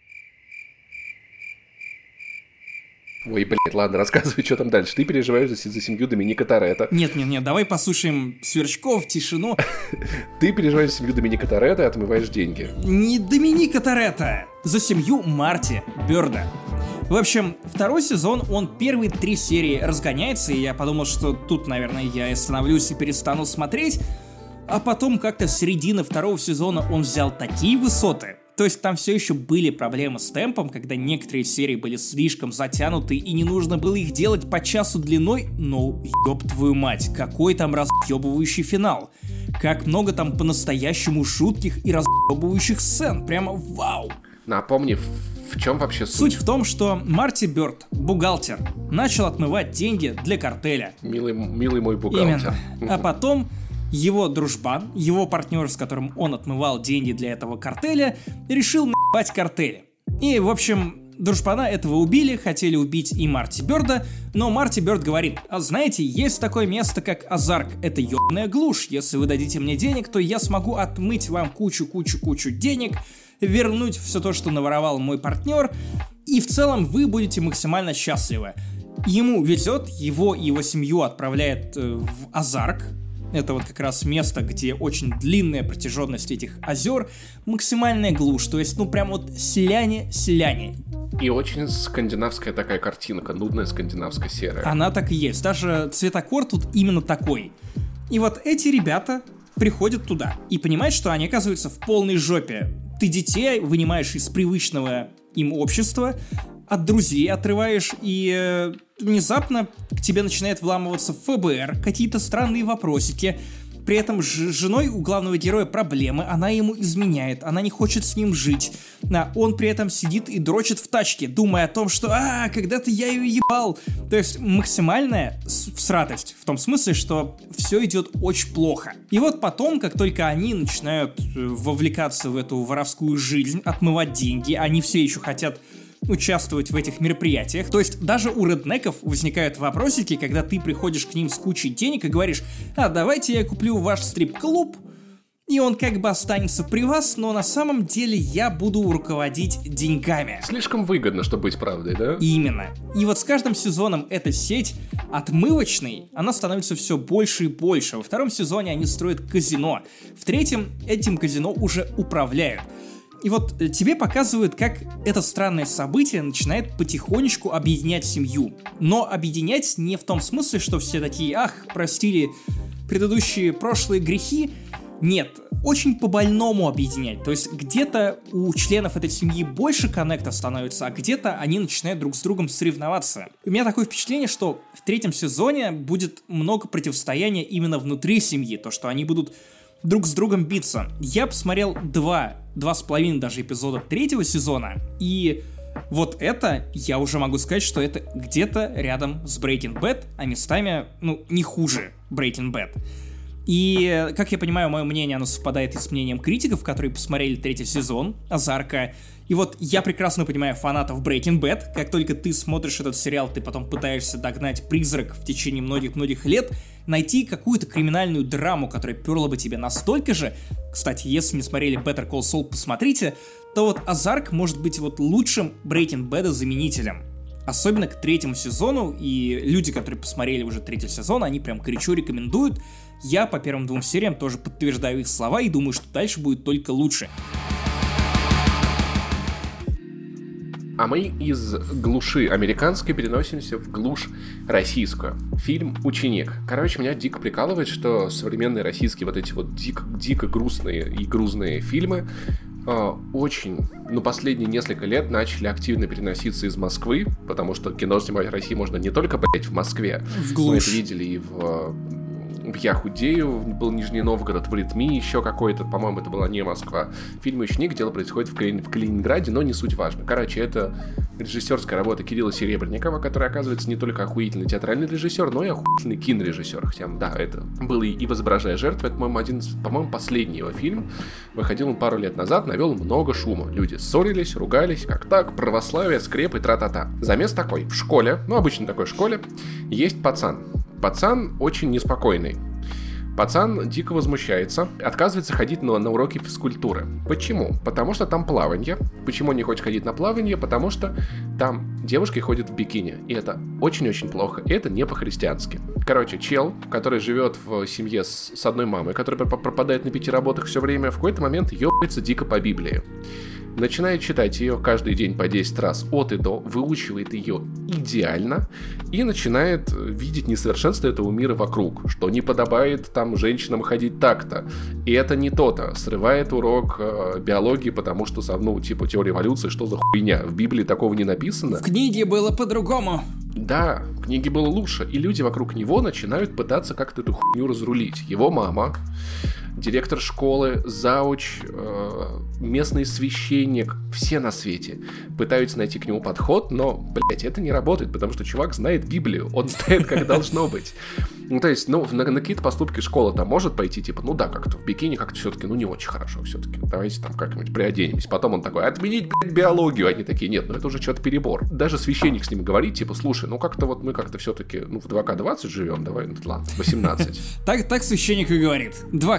Ой, блядь, ладно, рассказывай, что там дальше. Ты переживаешь за семью Доминика Торетто. Нет, давай послушаем Сверчков, тишину. Ты переживаешь за семью Доминика Торетто и отмываешь деньги. Не Доминика Торетто, за семью Марти Бёрда. В общем, второй сезон, он первые 3 серии разгоняется, и я подумал, что тут, наверное, я и остановлюсь и перестану смотреть. А потом как-то с середины второго сезона он взял такие высоты. То есть там все еще были проблемы с темпом, когда некоторые серии были слишком затянуты и не нужно было их делать по часу длиной, но ёб твою мать, какой там разъебывающий финал. Как много там по-настоящему жутких и разъебывающих сцен, прямо вау. Напомни, в чем вообще суть? Суть в том, что Марти Бёрд, бухгалтер, начал отмывать деньги для картеля. Милый мой бухгалтер. Именно. А потом его дружбан, его партнер, с которым он отмывал деньги для этого картеля, решил наебать картель. И, в общем, дружбана этого убили, хотели убить и Марти Бёрда, но Марти Бёрд говорит: а знаете, есть такое место, как Озарк, это ёбаная глушь, если вы дадите мне денег, то я смогу отмыть вам кучу денег, вернуть все то, что наворовал мой партнер, и в целом вы будете максимально счастливы. Ему везет, его и его семью отправляет в Озарк. Это вот как раз место, где очень длинная протяженность этих озер, максимальная глушь, то есть, прям вот селяне. И очень скандинавская такая картинка, нудная скандинавская серая. Она так и есть, даже цветокор тут именно такой. И вот эти ребята приходят туда и понимают, что они оказываются в полной жопе. Ты детей вынимаешь из привычного им общества, от друзей отрываешь, и внезапно к тебе начинает вламываться ФБР, какие-то странные вопросики. При этом с женой у главного героя проблемы, она ему изменяет, она не хочет с ним жить. А он при этом сидит и дрочит в тачке, думая о том, что когда-то я ее ебал. То есть максимальная всратость, в том смысле, что все идет очень плохо. И вот потом, как только они начинают вовлекаться в эту воровскую жизнь, отмывать деньги, они все еще хотят участвовать в этих мероприятиях. То есть даже у реднеков возникают вопросики, когда ты приходишь к ним с кучей денег и говоришь: давайте я куплю ваш стрип-клуб, и он как бы останется при вас, но на самом деле я буду руководить деньгами. Слишком выгодно, чтобы быть правдой, да? Именно. И вот с каждым сезоном эта сеть отмывочной, она становится все больше и больше. Во втором сезоне они строят казино. В третьем этим казино уже управляют. И вот тебе показывают, как это странное событие начинает потихонечку объединять семью. Но объединять не в том смысле, что все такие: простили предыдущие прошлые грехи. Нет, очень по-больному объединять. То есть где-то у членов этой семьи больше коннекта становится, а где-то они начинают друг с другом соревноваться. У меня такое впечатление, что в третьем сезоне будет много противостояния именно внутри семьи. То, что они будут друг с другом биться. Я посмотрел 2,5 даже эпизода третьего сезона, и вот это, я уже могу сказать, что это где-то рядом с Breaking Bad, а местами, не хуже Breaking Bad. И, как я понимаю, мое мнение, оно совпадает и с мнением критиков, которые посмотрели третий сезон Озарка. И вот я прекрасно понимаю фанатов Breaking Bad. Как только ты смотришь этот сериал, ты потом пытаешься догнать призрак в течение многих-многих лет, найти какую-то криминальную драму, которая перла бы тебе настолько же. Кстати, если не смотрели Better Call Saul, посмотрите. То вот Озарк может быть вот лучшим Breaking Bad заменителем. Особенно к третьему сезону, и люди, которые посмотрели уже третий сезон, они прям горячо рекомендуют. Я по первым 2 сериям тоже подтверждаю их слова и думаю, что дальше будет только лучше. А мы из глуши американской переносимся в глушь российскую. Фильм «Ученик». Короче, меня дико прикалывает, что современные российские вот эти вот дико грустные и грузные фильмы очень, последние несколько лет начали активно переноситься из Москвы, потому что кино снимать в России можно не только, в Москве. В глушь. Мы это видели и в Яхудею, был Нижний Новгород, в Ритме еще какой-то, по-моему, это была не Москва. Фильм «Ученик», дело происходит в Калининграде, но не суть важно. Короче, это режиссерская работа Кирилла Серебренникова, который, оказывается, не только охуительный театральный режиссер, но и охуительный кинорежиссер. Хотя, да, это был и «Возображая жертву», это, по-моему, последний его фильм. Выходил он пару лет назад, навел много шума. Люди ссорились, ругались, как так, православие, скрепы, тра-та-та. Замес такой: в школе, обычно такой школе, есть пацан. Пацан очень неспокойный. Пацан дико возмущается, отказывается ходить на уроки физкультуры. Почему? Потому что там плавание. Почему он не хочет ходить на плавание? Потому что там девушки ходят в бикини. И это очень-очень плохо. И это не по-христиански. Короче, чел, который живет в семье с одной мамой, которая пропадает на 5 работах все время, в какой-то момент ебается дико по Библии. Начинает читать ее каждый день по 10 раз от и до, выучивает ее идеально и начинает видеть несовершенство этого мира вокруг, что не подобает там женщинам ходить так-то. И это не то-то. Срывает урок биологии, потому что, теория эволюции, что за хуйня? В Библии такого не написано. В книге было по-другому. Да, в книге было лучше. И люди вокруг него начинают пытаться как-то эту хуйню разрулить. Его мама, директор школы, зауч, местный священник, все на свете пытаются найти к нему подход, но, блять, это не работает, потому что чувак знает Библию, он знает, как должно быть. То есть, на какие-то поступки школа там может пойти, как-то в бикини как-то все-таки, не очень хорошо все-таки. Давайте там как-нибудь приоденемся. Потом он такой: отменить, блядь, биологию. Они такие: нет, это уже что-то перебор. Даже священник с ним говорит, слушай, как-то мы как-то все-таки, в 2К20 живем, давай, ладно, 18. Так священник и говорит: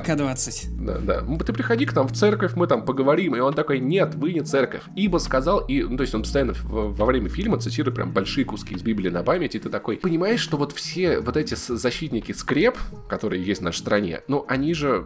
2К20. Да. Ты приходи к нам в церковь, мы там поговорим. И он такой: нет, вы не церковь. Ибо сказал, то есть он постоянно во время фильма цитирует прям большие куски из Библии на память, и ты такой понимаешь, что все эти защитники скреп, которые есть в нашей стране, они же...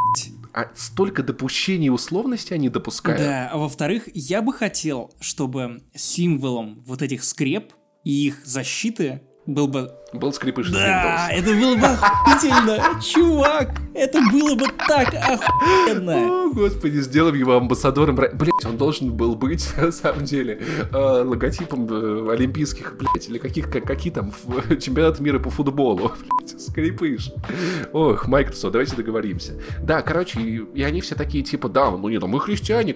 столько допущений и условностей они допускают. Да, а во-вторых, я бы хотел, чтобы символом вот этих скреп и их защиты был скрипыш из Windows. Да, это было бы охуительно, чувак, это было бы так охуенно. О, господи, сделаем его амбассадором. Блять, он должен был быть, на самом деле, логотипом олимпийских, блять, или какие там чемпионаты мира по футболу. Блять, скрипыш. Ох, Microsoft, давайте договоримся. Да, короче, и они все такие, да, мы христиане,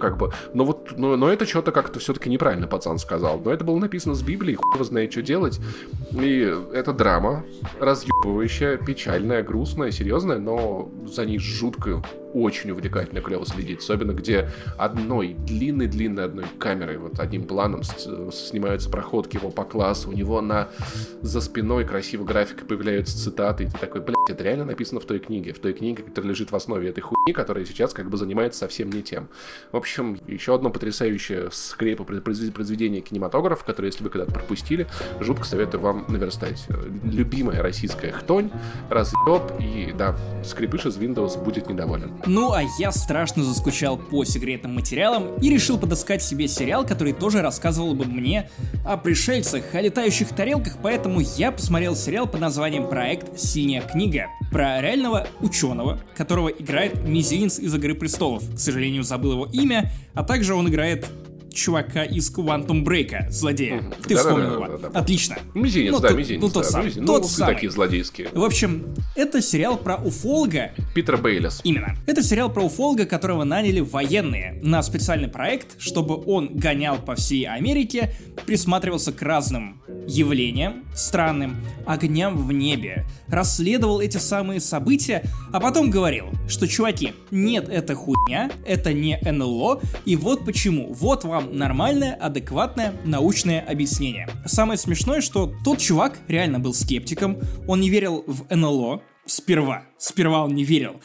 но это что-то как-то все-таки неправильно пацан сказал. Но это было написано с Библии, хуй его знает, что делать. И это драма, разъебывающая, печальная, грустная, серьезная, но за ней жутко, очень увлекательно, клево следить. Особенно, где одной длинной одной камерой, одним планом снимаются проходки его по классу, у него за спиной красиво графика появляются цитаты, и ты такой: блядь, это реально написано в той книге, которая лежит в основе этой хуйни, которая сейчас занимается совсем не тем. В общем, еще одно потрясающее скрепо произведение кинематографа, которое, если вы когда-то пропустили, жутко советую вам наверстать. Любимая российская хтонь, разъеб, и да, скрипыш из Windows будет недоволен. А я страшно заскучал по секретным материалам и решил подыскать себе сериал, который тоже рассказывал бы мне о пришельцах, о летающих тарелках, поэтому я посмотрел сериал под названием «Проект Синяя книга». Про реального ученого, которого играет мизинец из «Игры престолов». К сожалению, забыл его имя, а также он играет чувака из Quantum Break, злодея. Ты вспомнил его. Да. Отлично. Мизинец, мизинец. Тот самый. Такие злодейские. В общем, это сериал про уфолога. Питер Бейлес. Именно. Это сериал про уфолога, которого наняли военные на специальный проект, чтобы он гонял по всей Америке, присматривался к разным явлениям, странным, огням в небе, расследовал эти самые события, а потом говорил, что, чуваки, нет, это хуйня, это не НЛО, и вот почему. Вот вам нормальное, адекватное научное объяснение. Самое смешное, что тот чувак реально был скептиком, он не верил в НЛО, сперва он не верил.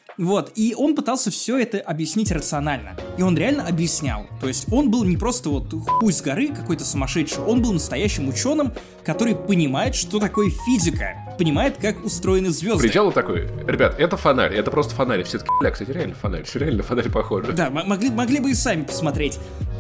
И он пытался все это объяснить рационально. И он реально объяснял. То есть он был не просто хуй с горы какой-то сумасшедший, он был настоящим ученым, который понимает, что такое физика, понимает, как устроены звезды. Приезжал такой: ребят, это фонарь, это просто фонарь. Все таки, кстати, реально фонарь похоже. Да, могли бы и сами посмотреть.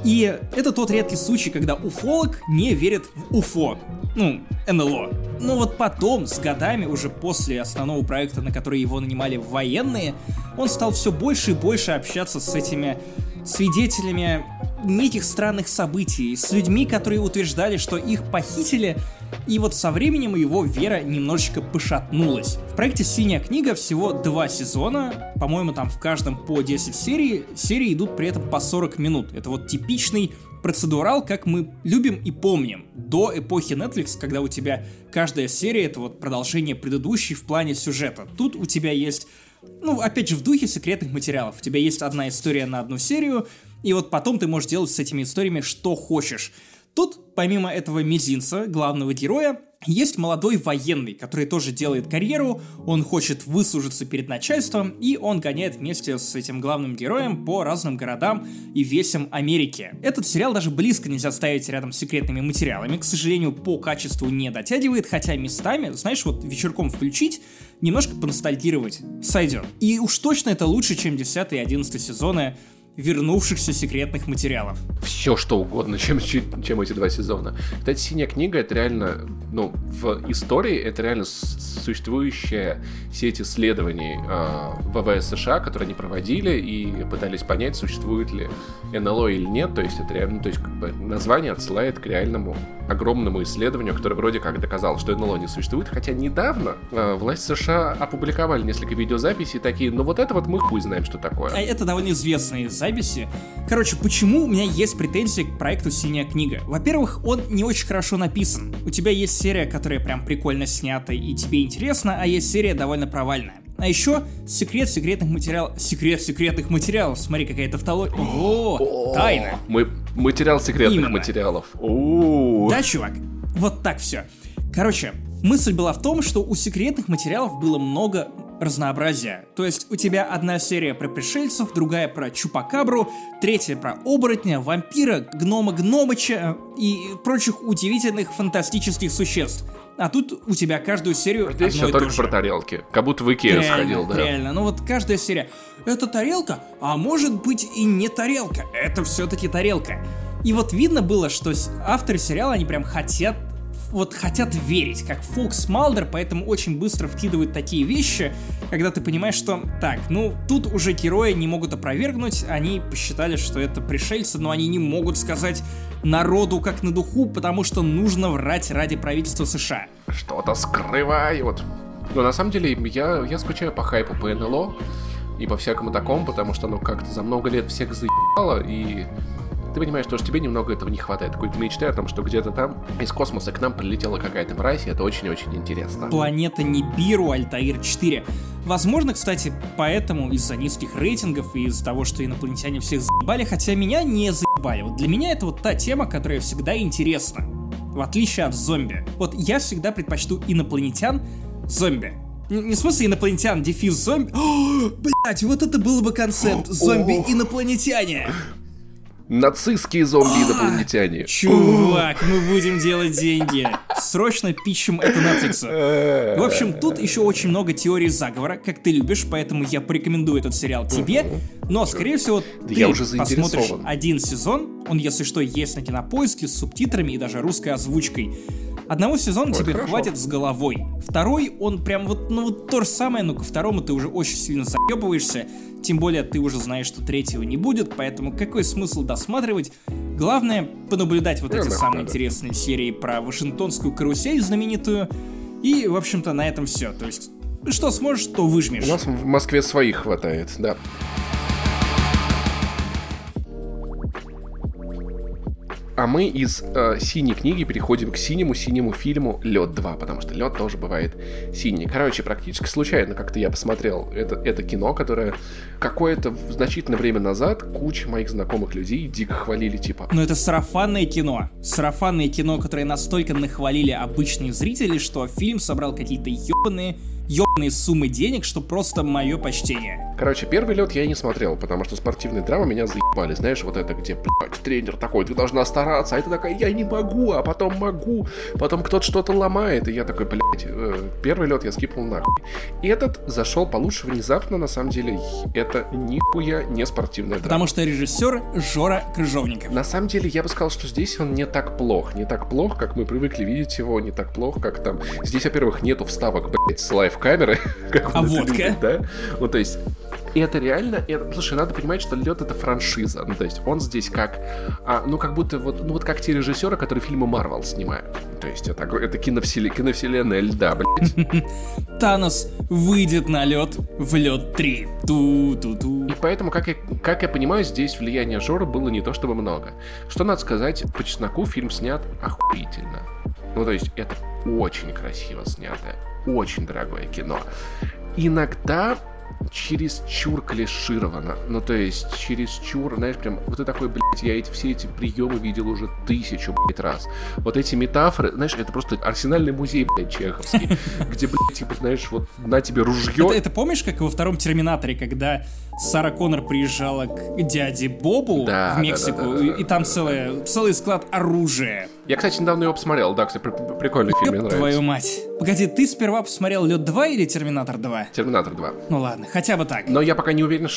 И это тот редкий случай, когда уфолог не верит в УФО. НЛО. Но вот потом, с годами, уже после основного проекта, на который его нанимали военные, он стал все больше и больше общаться с этими свидетелями неких странных событий, с людьми, которые утверждали, что их похитили, и вот со временем его вера немножечко пошатнулась. В проекте «Синяя книга» всего 2 сезона, по-моему, там в каждом по 10 серий, серии идут при этом по 40 минут. Это вот типичный процедурал, как мы любим и помним, до эпохи Netflix, когда у тебя каждая серия — это вот продолжение предыдущей в плане сюжета. Тут у тебя есть, опять же, в духе секретных материалов. У тебя есть одна история на одну серию, и вот потом ты можешь делать с этими историями что хочешь. Тут, помимо этого мизинца, главного героя, есть молодой военный, который тоже делает карьеру, он хочет выслужиться перед начальством, и он гоняет вместе с этим главным героем по разным городам и весям Америки. Этот сериал даже близко нельзя ставить рядом с секретными материалами, к сожалению, по качеству не дотягивает, хотя местами, знаешь, вот вечерком включить, немножко поностальгировать сойдет. И уж точно это лучше, чем 10 и 11 сезоны вернувшихся секретных материалов. Все что угодно, чем эти 2 сезона. Кстати, «Синяя книга» — это реально, в истории это реально существующая сеть исследований ВВС США, которые они проводили и пытались понять, существует ли НЛО или нет. То есть это реально, название отсылает к реальному огромному исследованию, которое вроде как доказало, что НЛО не существует, хотя недавно власти США опубликовали несколько видеозаписей такие, вот это вот мы хуй знаем, что такое. А это довольно известные записи. Короче, почему у меня есть претензии к проекту «Синяя книга»? Во-первых, он не очень хорошо написан. У тебя есть серия, которая прям прикольно снята и тебе интересно, а есть серия довольно провальная. А еще секретных материалов. Смотри, какая тавтология. Тайна. Материал секретных материалов. Да, чувак? Вот так все. Короче, мысль была в том, что у секретных материалов было много разнообразия. То есть у тебя одна серия про пришельцев, другая про Чупакабру, третья про оборотня, вампира, гнома-гномыча и прочих удивительных фантастических существ. А тут у тебя каждую серию здесь одно все и только то же. про тарелки. Как будто в Икею сходил, да? Реально, вот каждая серия. Это тарелка, а может быть и не тарелка. Это все-таки тарелка. И вот видно было, что авторы сериала, они прям хотят верить, как Фокс Малдер, поэтому очень быстро вкидывают такие вещи, когда ты понимаешь, что тут уже герои не могут опровергнуть, они посчитали, что это пришельцы, но они не могут сказать народу как на духу, потому что нужно врать ради правительства США. Что-то скрывают. Но на самом деле я скучаю по хайпу по НЛО и по всякому такому, потому что как-то за много лет всех заебало, и ты понимаешь, что тебе немного этого не хватает. Какой-то мечты о том, что где-то там из космоса к нам прилетела какая-то мразь, и это очень-очень интересно. Планета Нибиру, Альтаир 4. Возможно, кстати, поэтому из-за низких рейтингов и из-за того, что инопланетяне всех заебали, хотя меня не заебали. Вот для меня это вот та тема, которая всегда интересна. В отличие от зомби. Вот я всегда предпочту инопланетян зомби. Не в смысле инопланетян, дефис зомби. Блять, вот это был бы концепт. Зомби-инопланетяне. Нацистские зомби-инопланетяне. Чувак, мы будем делать деньги. Срочно пичем это Netflix. В общем, тут еще очень много теорий заговора, как ты любишь, поэтому я порекомендую этот сериал тебе. Но, скорее всего, ты посмотришь 1 сезон. Он, если что, есть на Кинопоиске с субтитрами и даже русской озвучкой. Одного сезона тебе хватит с головой. Второй, он прям то же самое, но ко второму ты уже очень сильно заебываешься. Тем более ты уже знаешь, что третьего не будет, поэтому какой смысл досматривать? Главное, понаблюдать вот эти самые интересные серии про Вашингтонскую карусель знаменитую. И, в общем-то, на этом все. То есть, что сможешь, то выжмешь. У нас в Москве своих хватает, да. А мы из «Синей книги» переходим к синему фильму «Лед 2», потому что лед тоже бывает синий. Короче, практически случайно как-то я посмотрел это кино, которое какое-то значительное время назад куча моих знакомых людей дико хвалили, типа... Но это сарафанное кино. Сарафанное кино, которое настолько нахвалили обычные зрители, что фильм собрал какие-то ебаные ёбаные суммы денег, что просто мое почтение. Короче, «Первый лед» я не смотрел, потому что спортивные драмы меня заебали. Знаешь, вот это, где, блядь, тренер такой, ты должна стараться, а это такая, я не могу, а потом могу, потом кто-то что-то ломает, и я такой, блядь, «Первый лед» я скипнул нахуй. И этот зашел получше внезапно, на самом деле, это нихуя не спортивная драма. Потому что режиссер Жора Крыжовников. На самом деле, я бы сказал, что здесь он не так плох, как мы привыкли видеть его, не так плохо, как там. Здесь, во-первых, нету вставок, блядь, с лайв-камеры. А водка? Да? Ну, то есть... И это реально, слушай, надо понимать, что «Лед» — это франшиза. Ну, то есть он здесь как, как будто вот как те режиссеры, которые фильмы Марвел снимают. То есть это киновселенная льда, блядь. Танос выйдет на лед в «Лед 3». Ту-ту-ту. И поэтому, как я понимаю, здесь влияние Жоры было не то чтобы много. Что надо сказать, по чесноку фильм снят охуительно. Ну, то есть это очень красиво снятое, очень дорогое кино. Иногда чересчур клишировано. Ну, то есть, чересчур, знаешь, прям, вот ты такой, блядь, я все эти приемы видел уже 1000, блядь, раз. Вот эти метафоры, знаешь, это просто арсенальный музей, блядь, чеховский, где, блядь, типа, знаешь, вот на тебе ружье. Это помнишь, как во втором «Терминаторе», когда Сара Коннор приезжала к дяде Бобу в Мексику, и там целый склад оружия. Я, кстати, недавно его посмотрел, да, кстати, прикольный фильм, мне нравится. Твою мать. Погоди, ты сперва посмотрел «Лед 2» или «Терминатор 2»? «Терминатор 2». Ну ладно, хотя бы так. Но я пока не уверен,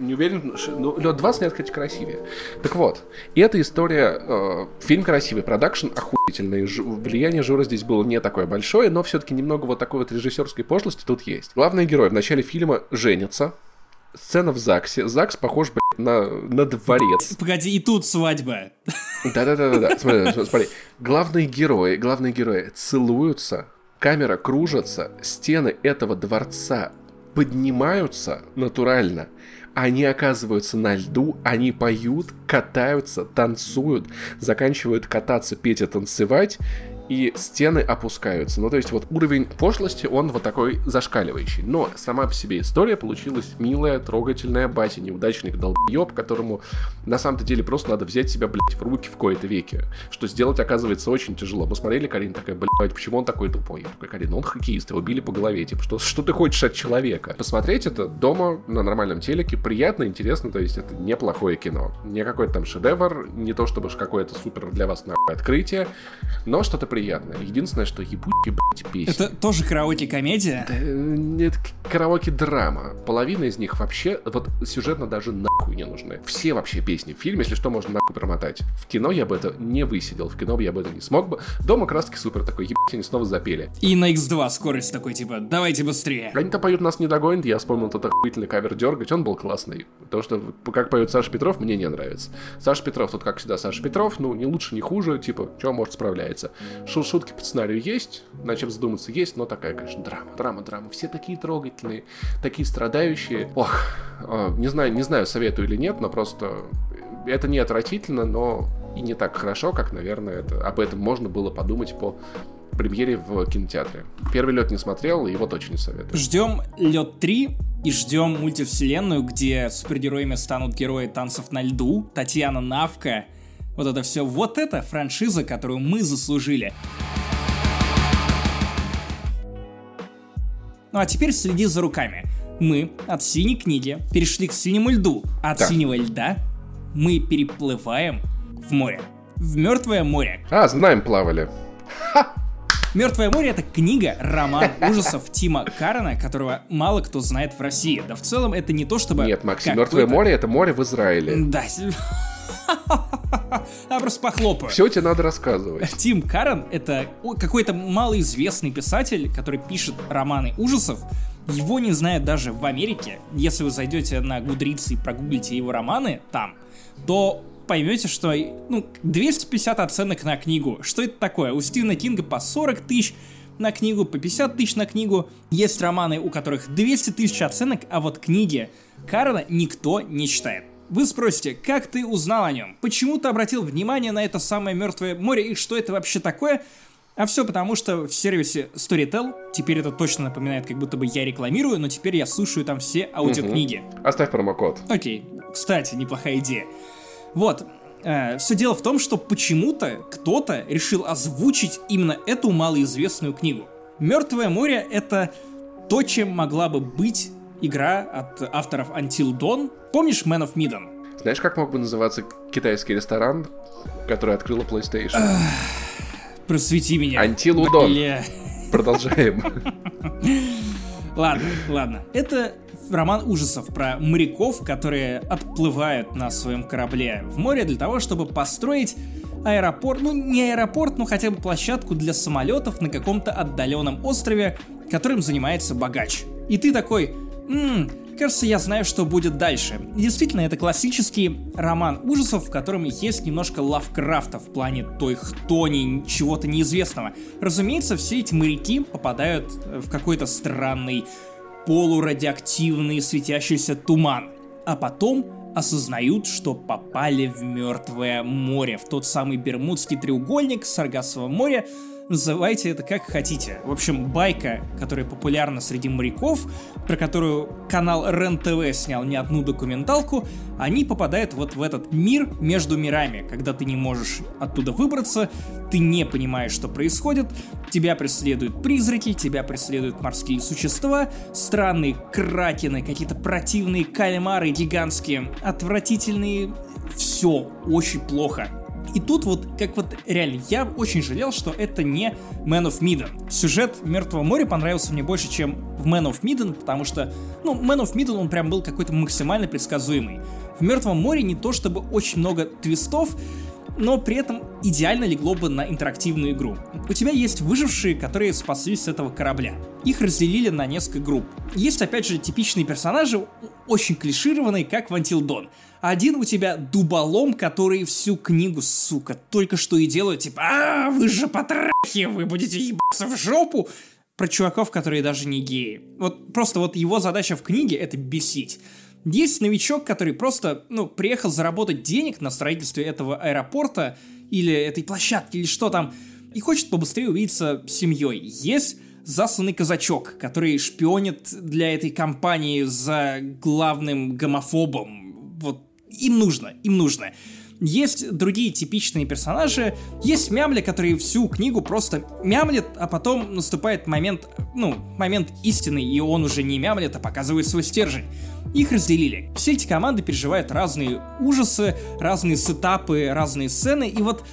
ну, «Лед 2» снят, кстати, красивее. Так вот, и эта история, фильм красивый, продакшн охуительный, влияние Жоры здесь было не такое большое, но все-таки немного вот такой вот режиссерской пошлости тут есть. Главный герой в начале фильма женится, сцена в ЗАГСе, ЗАГС похож, блядь, на дворец. Погоди, и тут свадьба. Да. Смотри. Главные герои целуются, камера кружится, стены этого дворца поднимаются натурально. Они оказываются на льду, они поют, катаются, танцуют, заканчивают кататься, петь и танцевать, и стены опускаются. Ну, то есть вот уровень пошлости, он вот такой зашкаливающий. Но сама по себе история получилась милая, трогательная. Батя неудачник, долбоеб, которому на самом-то деле просто надо взять себя, блядь, в руки в кои-то веки. Что сделать, оказывается, очень тяжело. Мы смотрели, Карина такая, блядь, почему он такой тупой? Я такой, Карина, он хоккеист, его били по голове. Типа, что ты хочешь от человека? Посмотреть это дома на нормальном телеке приятно, интересно, то есть это неплохое кино. Не какой-то там шедевр, не то чтобы какое-то супер для вас нахуй открытие, но что-то приятное. Единственное, что ебучие, блядь, песни. Это тоже караоке-комедия? Да, нет, караоке-драма. Половина из них вообще, вот сюжетно даже нахуй не нужны. Все вообще песни в фильме, если что, можно нахуй промотать. В кино я бы это не высидел, в кино бы я бы это не смог бы. Дома как раз таки супер такой, ебать, они снова запели. И на X2 скорость такой, типа, давайте быстрее. Они-то поют «Нас не догонят», я вспомнил тот охуительный кавер «Дергать», он был классный. То, что как поет Саша Петров, мне не нравится. Саша Петров, тут как всегда Саша Петров, ну, не лучше, не хуже, типа, что, может, справляется. Шутки по сценарию есть, над чем задуматься есть, но такая, конечно, драма. Все такие трогательные, такие страдающие. Ох, не знаю, советую или нет, но просто это не отвратительно, но и не так хорошо, как, наверное, об этом можно было подумать по премьере в кинотеатре. «Первый лед» не смотрел, его точно не советую. Ждем «Лед 3» и ждем мультивселенную, где супергероями станут герои «Танцев на льду», Татьяна Навка. Вот это все. Вот это франшиза, которую мы заслужили. Ну а теперь следи за руками. Мы от синей книги перешли к синему льду, а от синего льда мы переплываем в море. В Мертвое море. Знаем, плавали. «Мертвое море» — это книга, роман ужасов Тима Карена, которого мало кто знает в России. Да в целом это не то, чтобы... Нет, Максим, «Мертвое море» — это море в Израиле. Да. Я просто похлопаю. Все тебе надо рассказывать. Тим Карен — это какой-то малоизвестный писатель, который пишет романы ужасов. Его не знают даже в Америке. Если вы зайдете на Goodreads и прогуглите его романы там, то поймете, что 250 оценок на книгу. Что это такое? У Стивена Кинга по 40 тысяч на книгу, по 50 тысяч на книгу. Есть романы, у которых 200 тысяч оценок, а вот книги Карена никто не читает. Вы спросите, как ты узнал о нем? Почему ты обратил внимание на это самое Мертвое море и что это вообще такое? А все потому, что в сервисе Storytel, теперь это точно напоминает, как будто бы я рекламирую, но теперь я слушаю там все аудиокниги. Оставь промокод. Окей, кстати, неплохая идея. Вот, все дело в том, что почему-то кто-то решил озвучить именно эту малоизвестную книгу. «Мертвое море» — это то, чем могла бы быть игра от авторов Until Dawn. Помнишь Man of Medan? Знаешь, как мог бы называться китайский ресторан, который открыла PlayStation? Просвети меня. Until Dawn. Продолжаем. Ладно. Это роман ужасов про моряков, которые отплывают на своем корабле в море для того, чтобы построить аэропорт, ну не аэропорт, но хотя бы площадку для самолетов на каком-то отдаленном острове, которым занимается богач. И ты такой, кажется, я знаю, что будет дальше. И действительно, это классический роман ужасов, в котором есть немножко Лавкрафта в плане той хтони, чего-то неизвестного. Разумеется, все эти моряки попадают в какой-то странный полурадиоактивный светящийся туман, а потом осознают, что попали в Мертвое море, в тот самый Бермудский треугольник Саргассового моря. Называйте это как хотите. В общем, байка, которая популярна среди моряков, про которую канал РЕН-ТВ снял не одну документалку, они попадают вот в этот мир между мирами, когда ты не можешь оттуда выбраться, ты не понимаешь, что происходит, тебя преследуют призраки, тебя преследуют морские существа, странные кракены, какие-то противные кальмары гигантские, отвратительные, все очень плохо. И тут вот, как вот реально, я очень жалел, что это не Man of Medan. Сюжет Мертвого моря понравился мне больше, чем в Man of Medan, потому что, Man of Medan, он прям был какой-то максимально предсказуемый. В Мертвом море не то чтобы очень много твистов, но при этом идеально легло бы на интерактивную игру. У тебя есть выжившие, которые спаслись с этого корабля. Их разделили на несколько групп. Есть, опять же, типичные персонажи, очень клишированные, как в Until Dawn. Один у тебя дуболом, который всю книгу, сука, только что и делает, типа, вы же потрахи, вы будете ебаться в жопу. Про чуваков, которые даже не геи. Вот просто вот его задача в книге — это бесить. Есть новичок, который просто, приехал заработать денег на строительстве этого аэропорта или этой площадки, или что там, и хочет побыстрее увидеться с семьей. Есть засланный казачок, который шпионит для этой компании за главным гомофобом. Вот, им нужно. Есть другие типичные персонажи, есть мямля, которые всю книгу просто мямлят, а потом наступает момент истины, и он уже не мямлет, а показывает свой стержень. Их разделили. Все эти команды переживают разные ужасы, разные сетапы, разные сцены, и вот,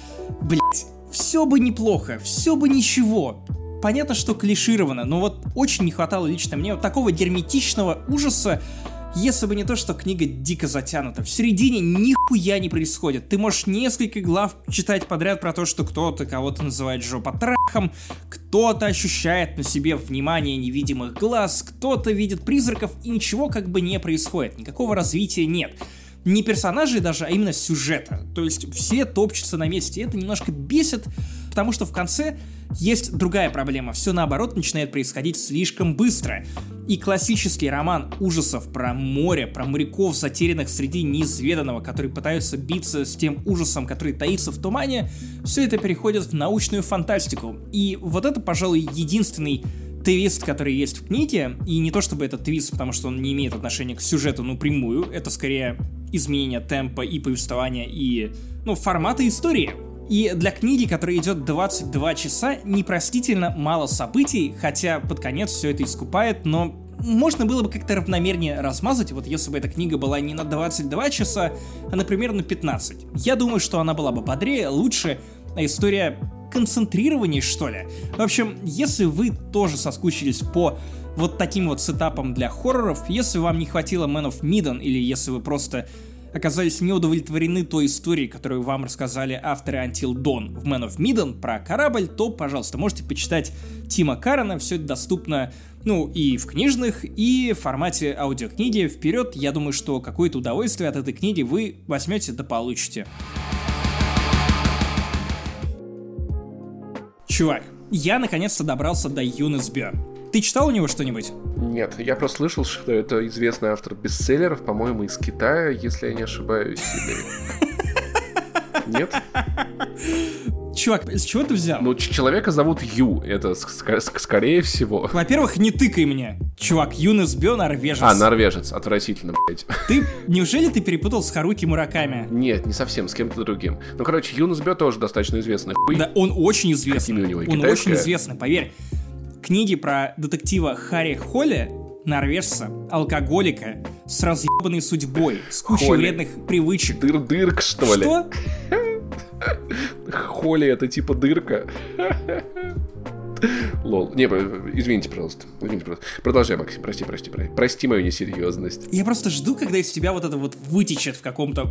все бы неплохо, все бы ничего. Понятно, что клишировано, но вот очень не хватало лично мне вот такого герметичного ужаса, если бы не то, что книга дико затянута. В середине нихуя не происходит. Ты можешь несколько глав читать подряд про то, что кто-то кого-то называет жопотрахом, кто-то ощущает на себе внимание невидимых глаз, кто-то видит призраков, и ничего как бы не происходит. Никакого развития нет. Не персонажей даже, а именно сюжета. То есть все топчутся на месте. И это немножко бесит, потому что в конце есть другая проблема. Все наоборот начинает происходить слишком быстро. И классический роман ужасов про море, про моряков, затерянных среди неизведанного, которые пытаются биться с тем ужасом, который таится в тумане, все это переходит в научную фантастику. И вот это, пожалуй, единственный твист, который есть в книге, и не то чтобы это твист, потому что он не имеет отношения к сюжету напрямую, это скорее изменение темпа и повествования, и, формата истории. И для книги, которая идет 22 часа, непростительно мало событий, хотя под конец все это искупает, но можно было бы как-то равномернее размазать, вот если бы эта книга была не на 22 часа, а, например, на 15. Я думаю, что она была бы бодрее, лучше, а история концентрированнее, что ли. В общем, если вы тоже соскучились по вот таким вот сетапам для хорроров, если вам не хватило Man of Medan, или если вы просто оказались не удовлетворены той историей, которую вам рассказали авторы Until Dawn в Man of Medan про корабль, то, пожалуйста, можете почитать Тима Карена, все это доступно, и в книжных, и в формате аудиокниги. Вперед, я думаю, что какое-то удовольствие от этой книги вы возьмете да получите. Чувак, я наконец-то добрался до Юнес Бё. Ты читал у него что-нибудь? Нет, я просто слышал, что это известный автор бестселлеров, по-моему, из Китая, если я не ошибаюсь. Нет? Чувак, с чего ты взял? Человека зовут Ю, это скорее всего. Во-первых, не тыкай мне. Чувак, Юнес Бё норвежец. Норвежец, отвратительно, блять. Неужели ты перепутал с Харуки Мураками? Нет, не совсем, с кем-то другим. Юнес Бё тоже достаточно известный хуй. Да, он очень известный. Имя у него он очень известный, поверь. книги про детектива Харри Холли, норвежца, алкоголика, с разъебанной судьбой, с кучей Холли. вредных привычек. Дырк, что ли? Что? Холли — это типа дырка. Лол. Не, извините, пожалуйста. Продолжай, Максим, прости мою несерьезность. Я просто жду, когда из тебя вот это вот вытечет в каком-то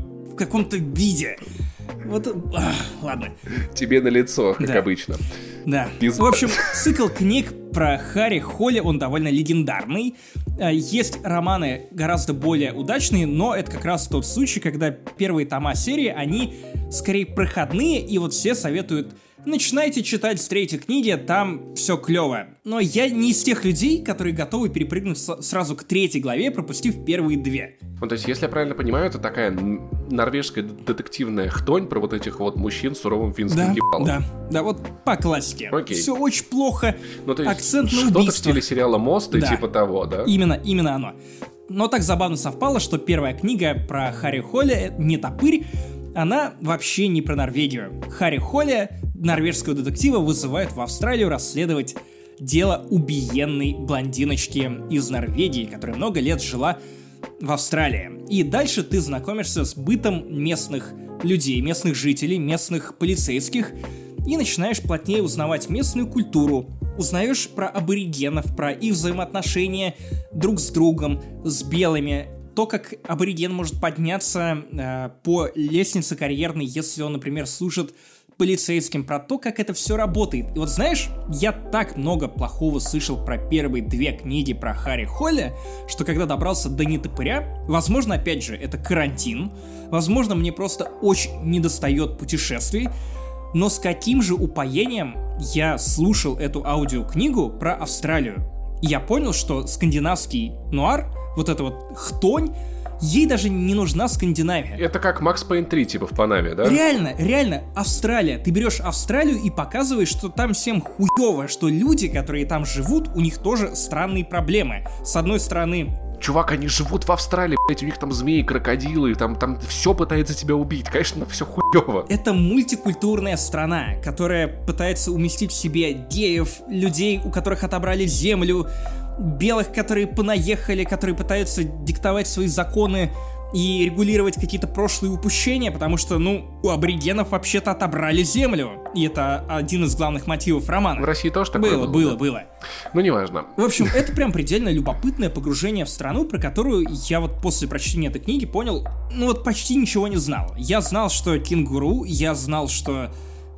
виде. Вот, ладно. Тебе на лицо, как Да. обычно. Да. Пизда. В общем, цикл книг про Харри Холли, он довольно легендарный. Есть романы гораздо более удачные, но это как раз тот случай, когда первые тома серии, они скорее проходные, и вот все советуют: начинайте читать с третьей книги, там все клево. Но я не из тех людей, которые готовы перепрыгнуть сразу к третьей главе, пропустив первые две. Ну, то есть, если я правильно понимаю, это такая норвежская детективная хтонь про вот этих вот мужчин с суровым финским ебалом. Да, вот по классике. Окей. Все очень плохо, Ну, то есть, акцент на что-то убийство. в стиле сериала «Мост» и Да. типа того, да? Именно оно. Но так забавно совпало, что первая книга про Харри Холли «Нетопырь», она вообще не про Норвегию. Харри Холли, норвежского детектива, вызывают в Австралию расследовать дело убиенной блондиночки из Норвегии, которая много лет жила в Австралии. И дальше ты знакомишься с бытом местных людей, местных жителей, местных полицейских, и начинаешь плотнее узнавать местную культуру. Узнаешь про аборигенов, про их взаимоотношения друг с другом, с белыми, то, как абориген может подняться по лестнице карьерной, если он, например, служит полицейским, про то, как это все работает. И вот знаешь, я так много плохого слышал про первые две книги про Харри Холли, что когда добрался до «Нетопыря», возможно, опять же, это карантин, возможно, мне просто очень недостает путешествий, но с каким же упоением я слушал эту аудиокнигу про Австралию. И я понял, что скандинавский нуар, вот эта вот хтонь, ей даже не нужна Скандинавия. Это как Макс Пейн 3, типа в Панаме, да? Реально, Австралия. Ты берешь Австралию и показываешь, что там всем хуёво, что люди, которые там живут, у них тоже странные проблемы. С одной стороны... Чувак, они живут в Австралии, блять, у них там змеи, крокодилы, там все пытается тебя убить. Конечно, все хуёво. Это мультикультурная страна, которая пытается уместить в себе геев, людей, у которых отобрали землю, белых, которые понаехали, которые пытаются диктовать свои законы и регулировать какие-то прошлые упущения, потому что, у аборигенов вообще-то отобрали землю. И это один из главных мотивов романа. В России тоже такое было? Было. Ну, неважно. В общем, это прям предельно любопытное погружение в страну, про которую я вот после прочтения этой книги понял, почти ничего не знал. Я знал, что кенгуру, я знал, что...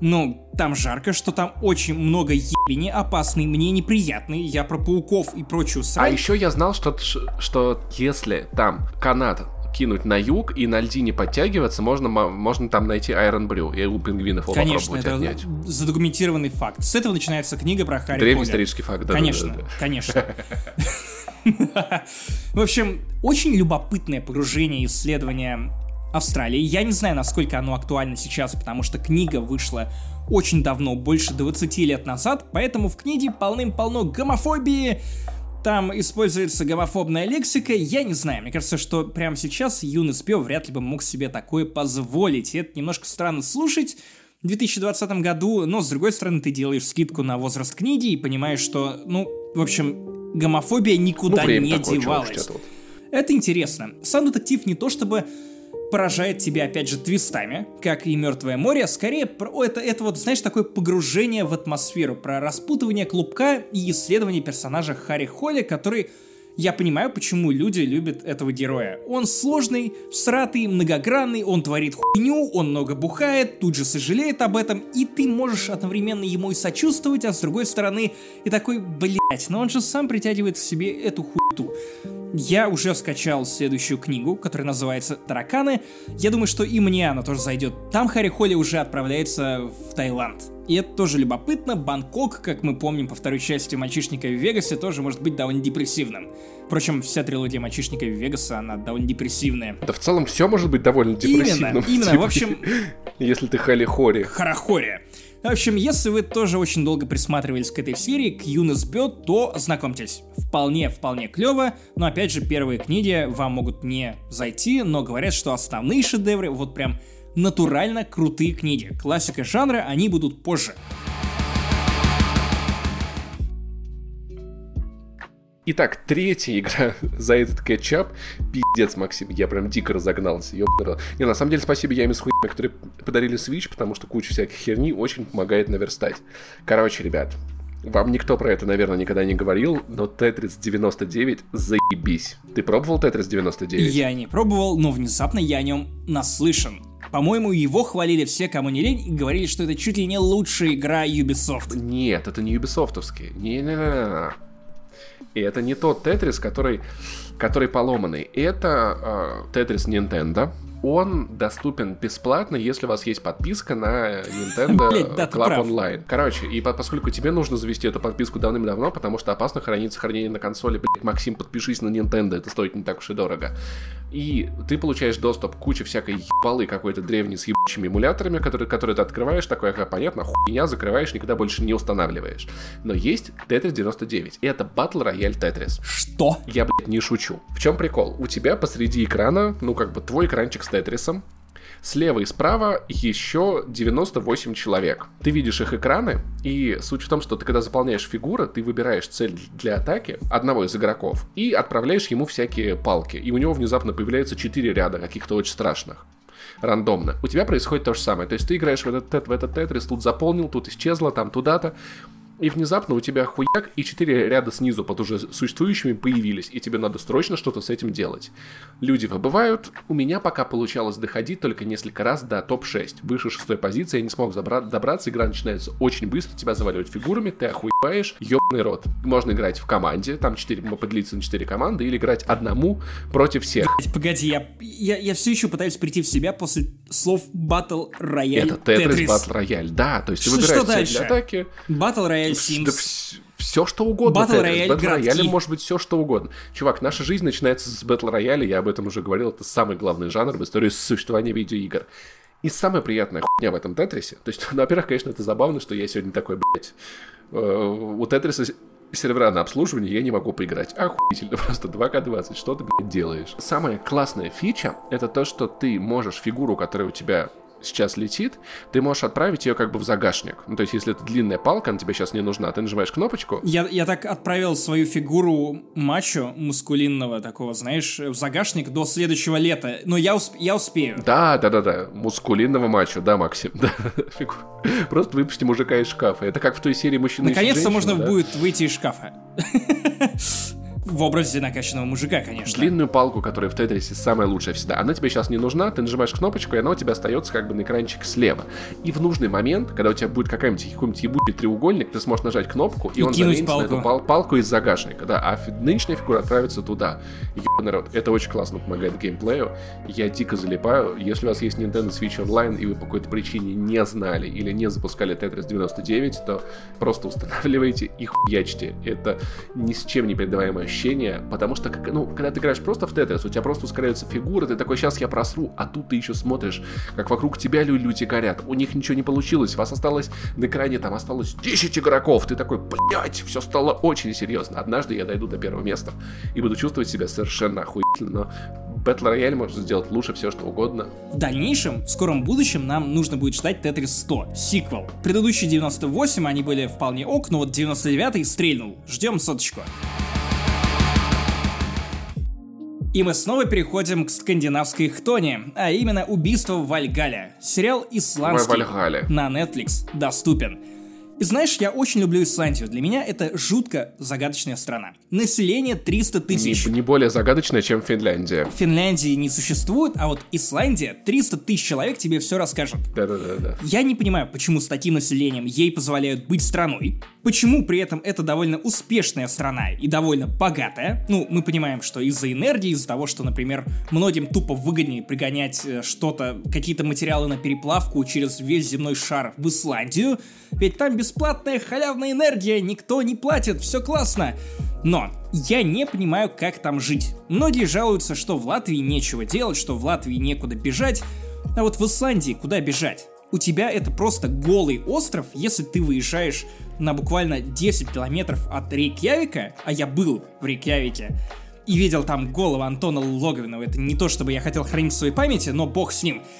там жарко, что там очень много ебени, опасный, мне неприятный, я про пауков и прочую срань. А еще я знал, что если там канат кинуть на юг и на льдине подтягиваться, можно там найти Iron Brew и у пингвинов его Конечно, попробовать это отнять. Задокументированный факт. С этого начинается книга про Харри Холли. Древний исторический факт, да. Конечно. В общем, очень любопытное погружение и исследование Австралии. Я не знаю, насколько оно актуально сейчас, потому что книга вышла очень давно, больше 20 лет назад, поэтому в книге полным-полно гомофобии, там используется гомофобная лексика, я не знаю, мне кажется, что прямо сейчас юный Спё вряд ли бы мог себе такое позволить, и это немножко странно слушать в 2020 году, но с другой стороны ты делаешь скидку на возраст книги и понимаешь, что, в общем, гомофобия никуда не девалась. Это интересно. Сам детектив не то чтобы поражает тебя, опять же, твистами, как и «Мертвое море», скорее, это вот, знаешь, такое погружение в атмосферу, про распутывание клубка и исследование персонажа Харри Холли, который... Я понимаю, почему люди любят этого героя. Он сложный, всратый, многогранный, он творит хуйню, он много бухает, тут же сожалеет об этом, и ты можешь одновременно ему и сочувствовать, а с другой стороны и такой, блять, но он же сам притягивает к себе эту хуйту. Я уже скачал следующую книгу, которая называется «Тараканы». Я думаю, что и мне она тоже зайдет. Там Харри Холли уже отправляется в Таиланд. И это тоже любопытно. Бангкок, как мы помним по второй части «Мальчишника в Вегасе», тоже может быть довольно депрессивным. Впрочем, вся трилогия «Мальчишника в Вегаса», она довольно депрессивная. Да в целом все может быть довольно депрессивным. Именно, в общем... Если ты Харри-Хори. Харахори. В общем, если вы тоже очень долго присматривались к этой серии, к Юнес Бёд, то знакомьтесь. Вполне клево, но опять же, первые книги вам могут не зайти, но говорят, что основные шедевры, вот прям натурально крутые книги. Классика жанра, они будут позже. Итак, третья игра за этот кетчап. Пиздец, Максим, я прям дико разогнался. Не, на самом деле, спасибо Яме с хуйнями, которые подарили Switch, потому что куча всяких херни очень помогает наверстать. Короче, ребят, вам никто про это, наверное, никогда не говорил, но Tetris 99 заебись. Ты пробовал Tetris 99? Я не пробовал, но внезапно я о нем наслышан. По-моему, его хвалили все, кому не лень, и говорили, что это чуть ли не лучшая игра Ubisoft. Нет, это не Ubisoft'овский. Не-не-не-не. И это не тот Tetris, который поломанный. Это Tetris Nintendo. Он доступен бесплатно, если у вас есть подписка на Nintendo Club Online. Короче, и поскольку тебе нужно завести эту подписку давным-давно, потому что опасно хранить сохранение на консоли, блять, Максим, подпишись на Nintendo, это стоит не так уж и дорого. И ты получаешь доступ к куче всякой ебалы какой-то древней с ебучими эмуляторами, которые ты открываешь, такое, понятно, хуйня, закрываешь, никогда больше не устанавливаешь. Но есть Tetris 99, и это Battle Royale Tetris. Что? Я, блядь, не шучу. В чем прикол? У тебя посреди экрана, твой экранчик с Тетрисом, слева и справа еще 98 человек. Ты видишь их экраны, и суть в том, что ты когда заполняешь фигуры, ты выбираешь цель для атаки одного из игроков и отправляешь ему всякие палки. И у него внезапно появляется 4 ряда каких-то очень страшных. Рандомно. У тебя происходит то же самое. То есть ты играешь в этот Тетрис, тут заполнил, тут исчезло, там туда-то. И внезапно у тебя хуяк, и 4 ряда снизу под уже существующими появились, и тебе надо срочно что-то с этим делать. Люди выбывают, у меня пока получалось доходить только несколько раз до топ-6. Выше 6 позиции я не смог добраться, игра начинается очень быстро, тебя заваливают фигурами, ты охуеваешь, ёбаный рот. Можно играть в команде, там поделиться на 4 команды, или играть одному против всех. Погоди, я все еще пытаюсь прийти в себя после слов Battle Royale. Это Tetris Battle Royale, да, то есть ты выбираешь цель для атаки. Battle Royale. Да все что угодно. Battle Royale может быть все что угодно. Чувак, наша жизнь начинается с Battle Royale, я об этом уже говорил, это самый главный жанр в истории существования видеоигр. И самая приятная хуйня в этом Тетрисе, то есть, во-первых, конечно, это забавно, что я сегодня такой, блядь, у Тетриса сервера на обслуживание, я не могу поиграть. Охуительно, просто 2К20, что ты, блядь, делаешь? Самая классная фича, это то, что ты можешь фигуру, которая у тебя сейчас летит, ты можешь отправить ее как бы в загашник. То есть, если это длинная палка, она тебе сейчас не нужна, ты нажимаешь кнопочку. Я так отправил свою фигуру мачо мускулинного такого, знаешь, в загашник до следующего лета. Но я успею. Да. Мускулинного мачо, да, Максим. Да. Просто выпусти мужика из шкафа. Это как в той серии «Мужчина ищет женщину». Наконец-то можно будет выйти из шкафа. В образе накачанного мужика, конечно. Длинную палку, которая в Тетрисе самая лучшая всегда. Она тебе сейчас не нужна, ты нажимаешь кнопочку, и она у тебя остается как бы на экранчике слева. И в нужный момент, когда у тебя будет какой-нибудь ебучий треугольник, ты сможешь нажать кнопку, и он заменится на эту палку из загашника. Да, а нынешняя фигура отправится туда. Ёбаный народ, это очень классно помогает геймплею. Я дико залипаю. Если у вас есть Nintendo Switch Online, и вы по какой-то причине не знали или не запускали Tetris 99, то просто устанавливайте и хуячьте. Это ни с чем не передаваемое ощущение, потому что, когда ты играешь просто в Тетрис, у тебя просто ускоряются фигуры, ты такой, сейчас я просру, а тут ты еще смотришь, как вокруг тебя люди горят, у них ничего не получилось, вас осталось на экране, там осталось 10 игроков, ты такой, блять, все стало очень серьезно. Однажды я дойду до первого места и буду чувствовать себя совершенно охуительно, но Battle Royale может сделать лучше все, что угодно. В дальнейшем, в скором будущем, нам нужно будет ждать Tetris 100, сиквел. Предыдущие 98, они были вполне ок, но вот 99-й стрельнул. Ждем соточку. И мы снова переходим к скандинавской хтоне, а именно «Убийство в Вальгалле». Сериал исландский на Netflix доступен. И знаешь, я очень люблю Исландию. Для меня это жутко загадочная страна. Население 300 тысяч. Не более загадочное, чем Финляндия. Финляндии не существует, а вот Исландия, 300 тысяч человек тебе все расскажут. Да. Я не понимаю, почему с таким населением ей позволяют быть страной. Почему при этом это довольно успешная страна и довольно богатая. Мы понимаем, что из-за энергии, из-за того, что, например, многим тупо выгоднее пригонять какие-то материалы на переплавку через весь земной шар в Исландию, ведь там бесплатная халявная энергия, никто не платит, все классно. Но я не понимаю, как там жить. Многие жалуются, что в Латвии нечего делать, что в Латвии некуда бежать, а вот в Исландии куда бежать? У тебя это просто голый остров, если ты выезжаешь на буквально 10 километров от Рейкьявика, а я был в Рейкьявике, и видел там голову Антона Логовинова. Это не то, чтобы я хотел хранить в своей памяти, но бог с ним.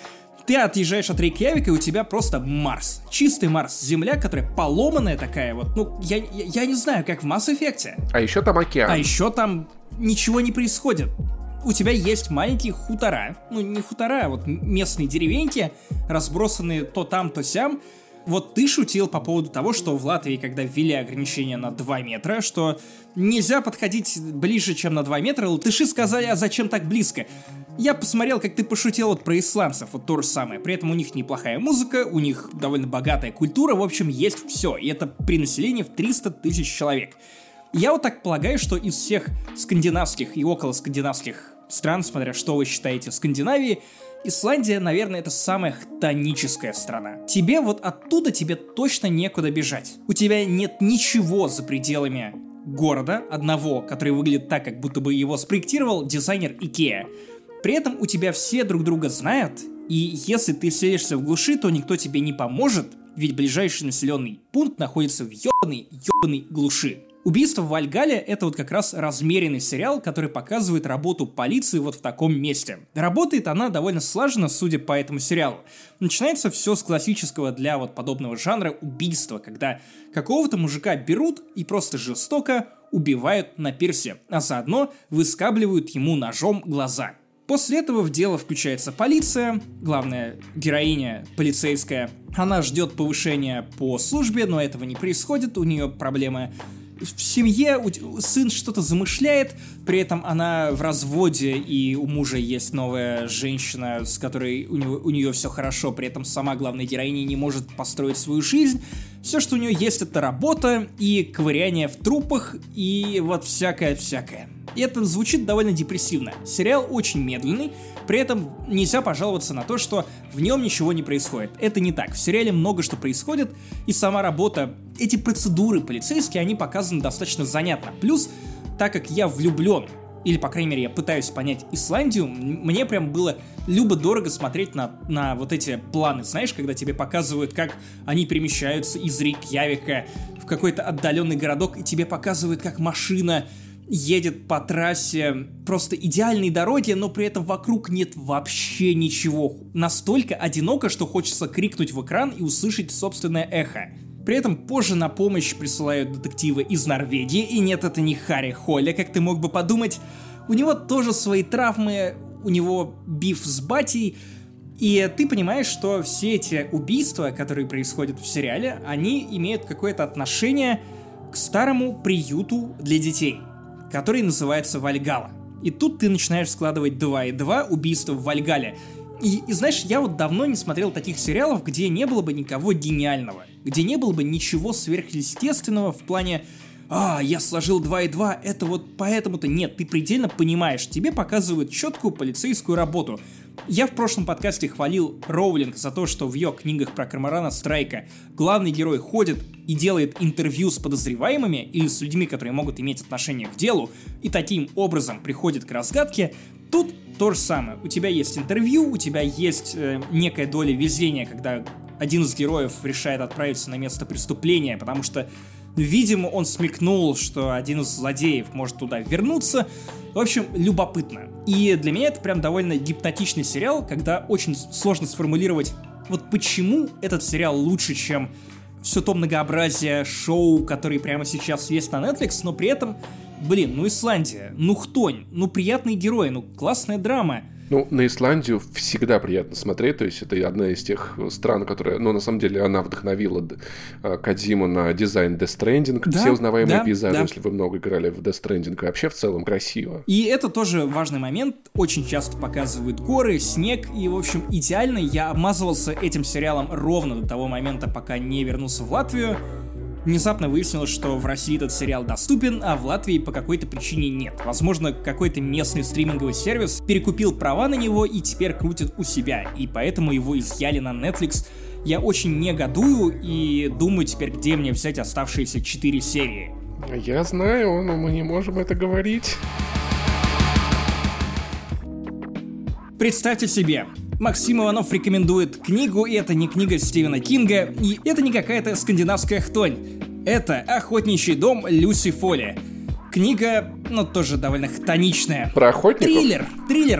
Ты отъезжаешь от Рейкьявика, и у тебя просто Марс. Чистый Марс. Земля, которая поломанная такая вот. Ну, я не знаю, как в Mass Effect. А еще там океан. А еще там ничего не происходит. У тебя есть маленькие хутора. Ну, не хутора, а вот местные деревеньки, разбросанные то там, то сям. Вот ты шутил по поводу того, что в Латвии, когда ввели ограничения на 2 метра, что нельзя подходить ближе, чем на 2 метра, латыши сказали, а зачем так близко? Я посмотрел, как ты пошутил вот про исландцев, вот то же самое. При этом у них неплохая музыка, у них довольно богатая культура, в общем, есть все. И это при населении в 300 тысяч человек. Я вот так полагаю, что из всех скандинавских и около скандинавских стран, смотря что вы считаете Скандинавией, Исландия, наверное, это самая хтоническая страна. Тебе вот оттуда тебе точно некуда бежать. У тебя нет ничего за пределами города, одного, который выглядит так, как будто бы его спроектировал дизайнер Икеа. При этом у тебя все друг друга знают, и если ты селишься в глуши, то никто тебе не поможет, ведь ближайший населенный пункт находится в ёбаной глуши. «Убийство в Вальгалле» — это вот как раз размеренный сериал, который показывает работу полиции вот в таком месте. Работает она довольно слаженно, судя по этому сериалу. Начинается все с классического для вот подобного жанра убийства, когда какого-то мужика берут и просто жестоко убивают на пирсе, а заодно выскабливают ему ножом глаза. После этого в дело включается полиция, главная героиня полицейская. Она ждет повышения по службе, но этого не происходит, у нее проблемы в семье, сын что-то замышляет, при этом она в разводе, и у мужа есть новая женщина, с которой у нее все хорошо, при этом сама главная героиня не может построить свою жизнь. Все, что у нее есть, это работа и ковыряние в трупах, и вот всякое-всякое. И это звучит довольно депрессивно. Сериал очень медленный, при этом нельзя пожаловаться на то, что в нем ничего не происходит. Это не так. В сериале много что происходит, и сама работа, эти процедуры полицейские, они показаны достаточно занятно. Плюс, так как я влюблен, или, по крайней мере, я пытаюсь понять Исландию, мне прям было любо-дорого смотреть на вот эти планы, знаешь, когда тебе показывают, как они перемещаются из Рейкьявика в какой-то отдаленный городок, и тебе показывают, как машина едет по трассе, просто идеальной дороги, но при этом вокруг нет вообще ничего. Настолько одиноко, что хочется крикнуть в экран и услышать собственное эхо. При этом позже на помощь присылают детективы из Норвегии, и нет, это не Харри Холля, как ты мог бы подумать. У него тоже свои травмы, у него биф с батей, и ты понимаешь, что все эти убийства, которые происходят в сериале, они имеют какое-то отношение к старому приюту для детей, который называется Вальгалла. И тут ты начинаешь складывать 2 и 2 убийства в Вальгалле. И знаешь, я вот давно не смотрел таких сериалов, где не было бы никого гениального, где не было бы ничего сверхъестественного в плане я сложил 2 и 2, это вот поэтому-то. Нет, ты предельно понимаешь, тебе показывают четкую полицейскую работу. Я в прошлом подкасте хвалил Роулинг за то, что в ее книгах про Корморана Страйка главный герой ходит и делает интервью с подозреваемыми или с людьми, которые могут иметь отношение к делу, и таким образом приходит к разгадке. Тут то же самое. У тебя есть интервью, у тебя есть некая доля везения, когда один из героев решает отправиться на место преступления, потому что, видимо, он смекнул, что один из злодеев может туда вернуться. В общем, любопытно. И для меня это прям довольно гипнотичный сериал, когда очень сложно сформулировать, вот почему этот сериал лучше, чем все то многообразие шоу, которые прямо сейчас есть на Netflix, но при этом, Исландия, хтонь, приятные герои, классная драма. На Исландию всегда приятно смотреть, то есть это одна из тех стран, которая, на самом деле, она вдохновила Кодзиму на дизайн Death Stranding, все узнаваемые пейзажи, если вы много играли в Death Stranding, и вообще в целом красиво. И это тоже важный момент, очень часто показывают горы, снег, и, в общем, идеально я обмазывался этим сериалом ровно до того момента, пока не вернулся в Латвию. Внезапно выяснилось, что в России этот сериал доступен, а в Латвии по какой-то причине нет. Возможно, какой-то местный стриминговый сервис перекупил права на него и теперь крутит у себя, и поэтому его изъяли на Netflix. Я очень негодую и думаю теперь, где мне взять оставшиеся 4 серии. Я знаю, но мы не можем это говорить. Представьте себе, Максим Иванов рекомендует книгу, и это не книга Стивена Кинга, и это не какая-то скандинавская хтонь. Это «Охотничий дом» Люси Фолли. Книга, тоже довольно хтоничная. Про охотников? Триллер.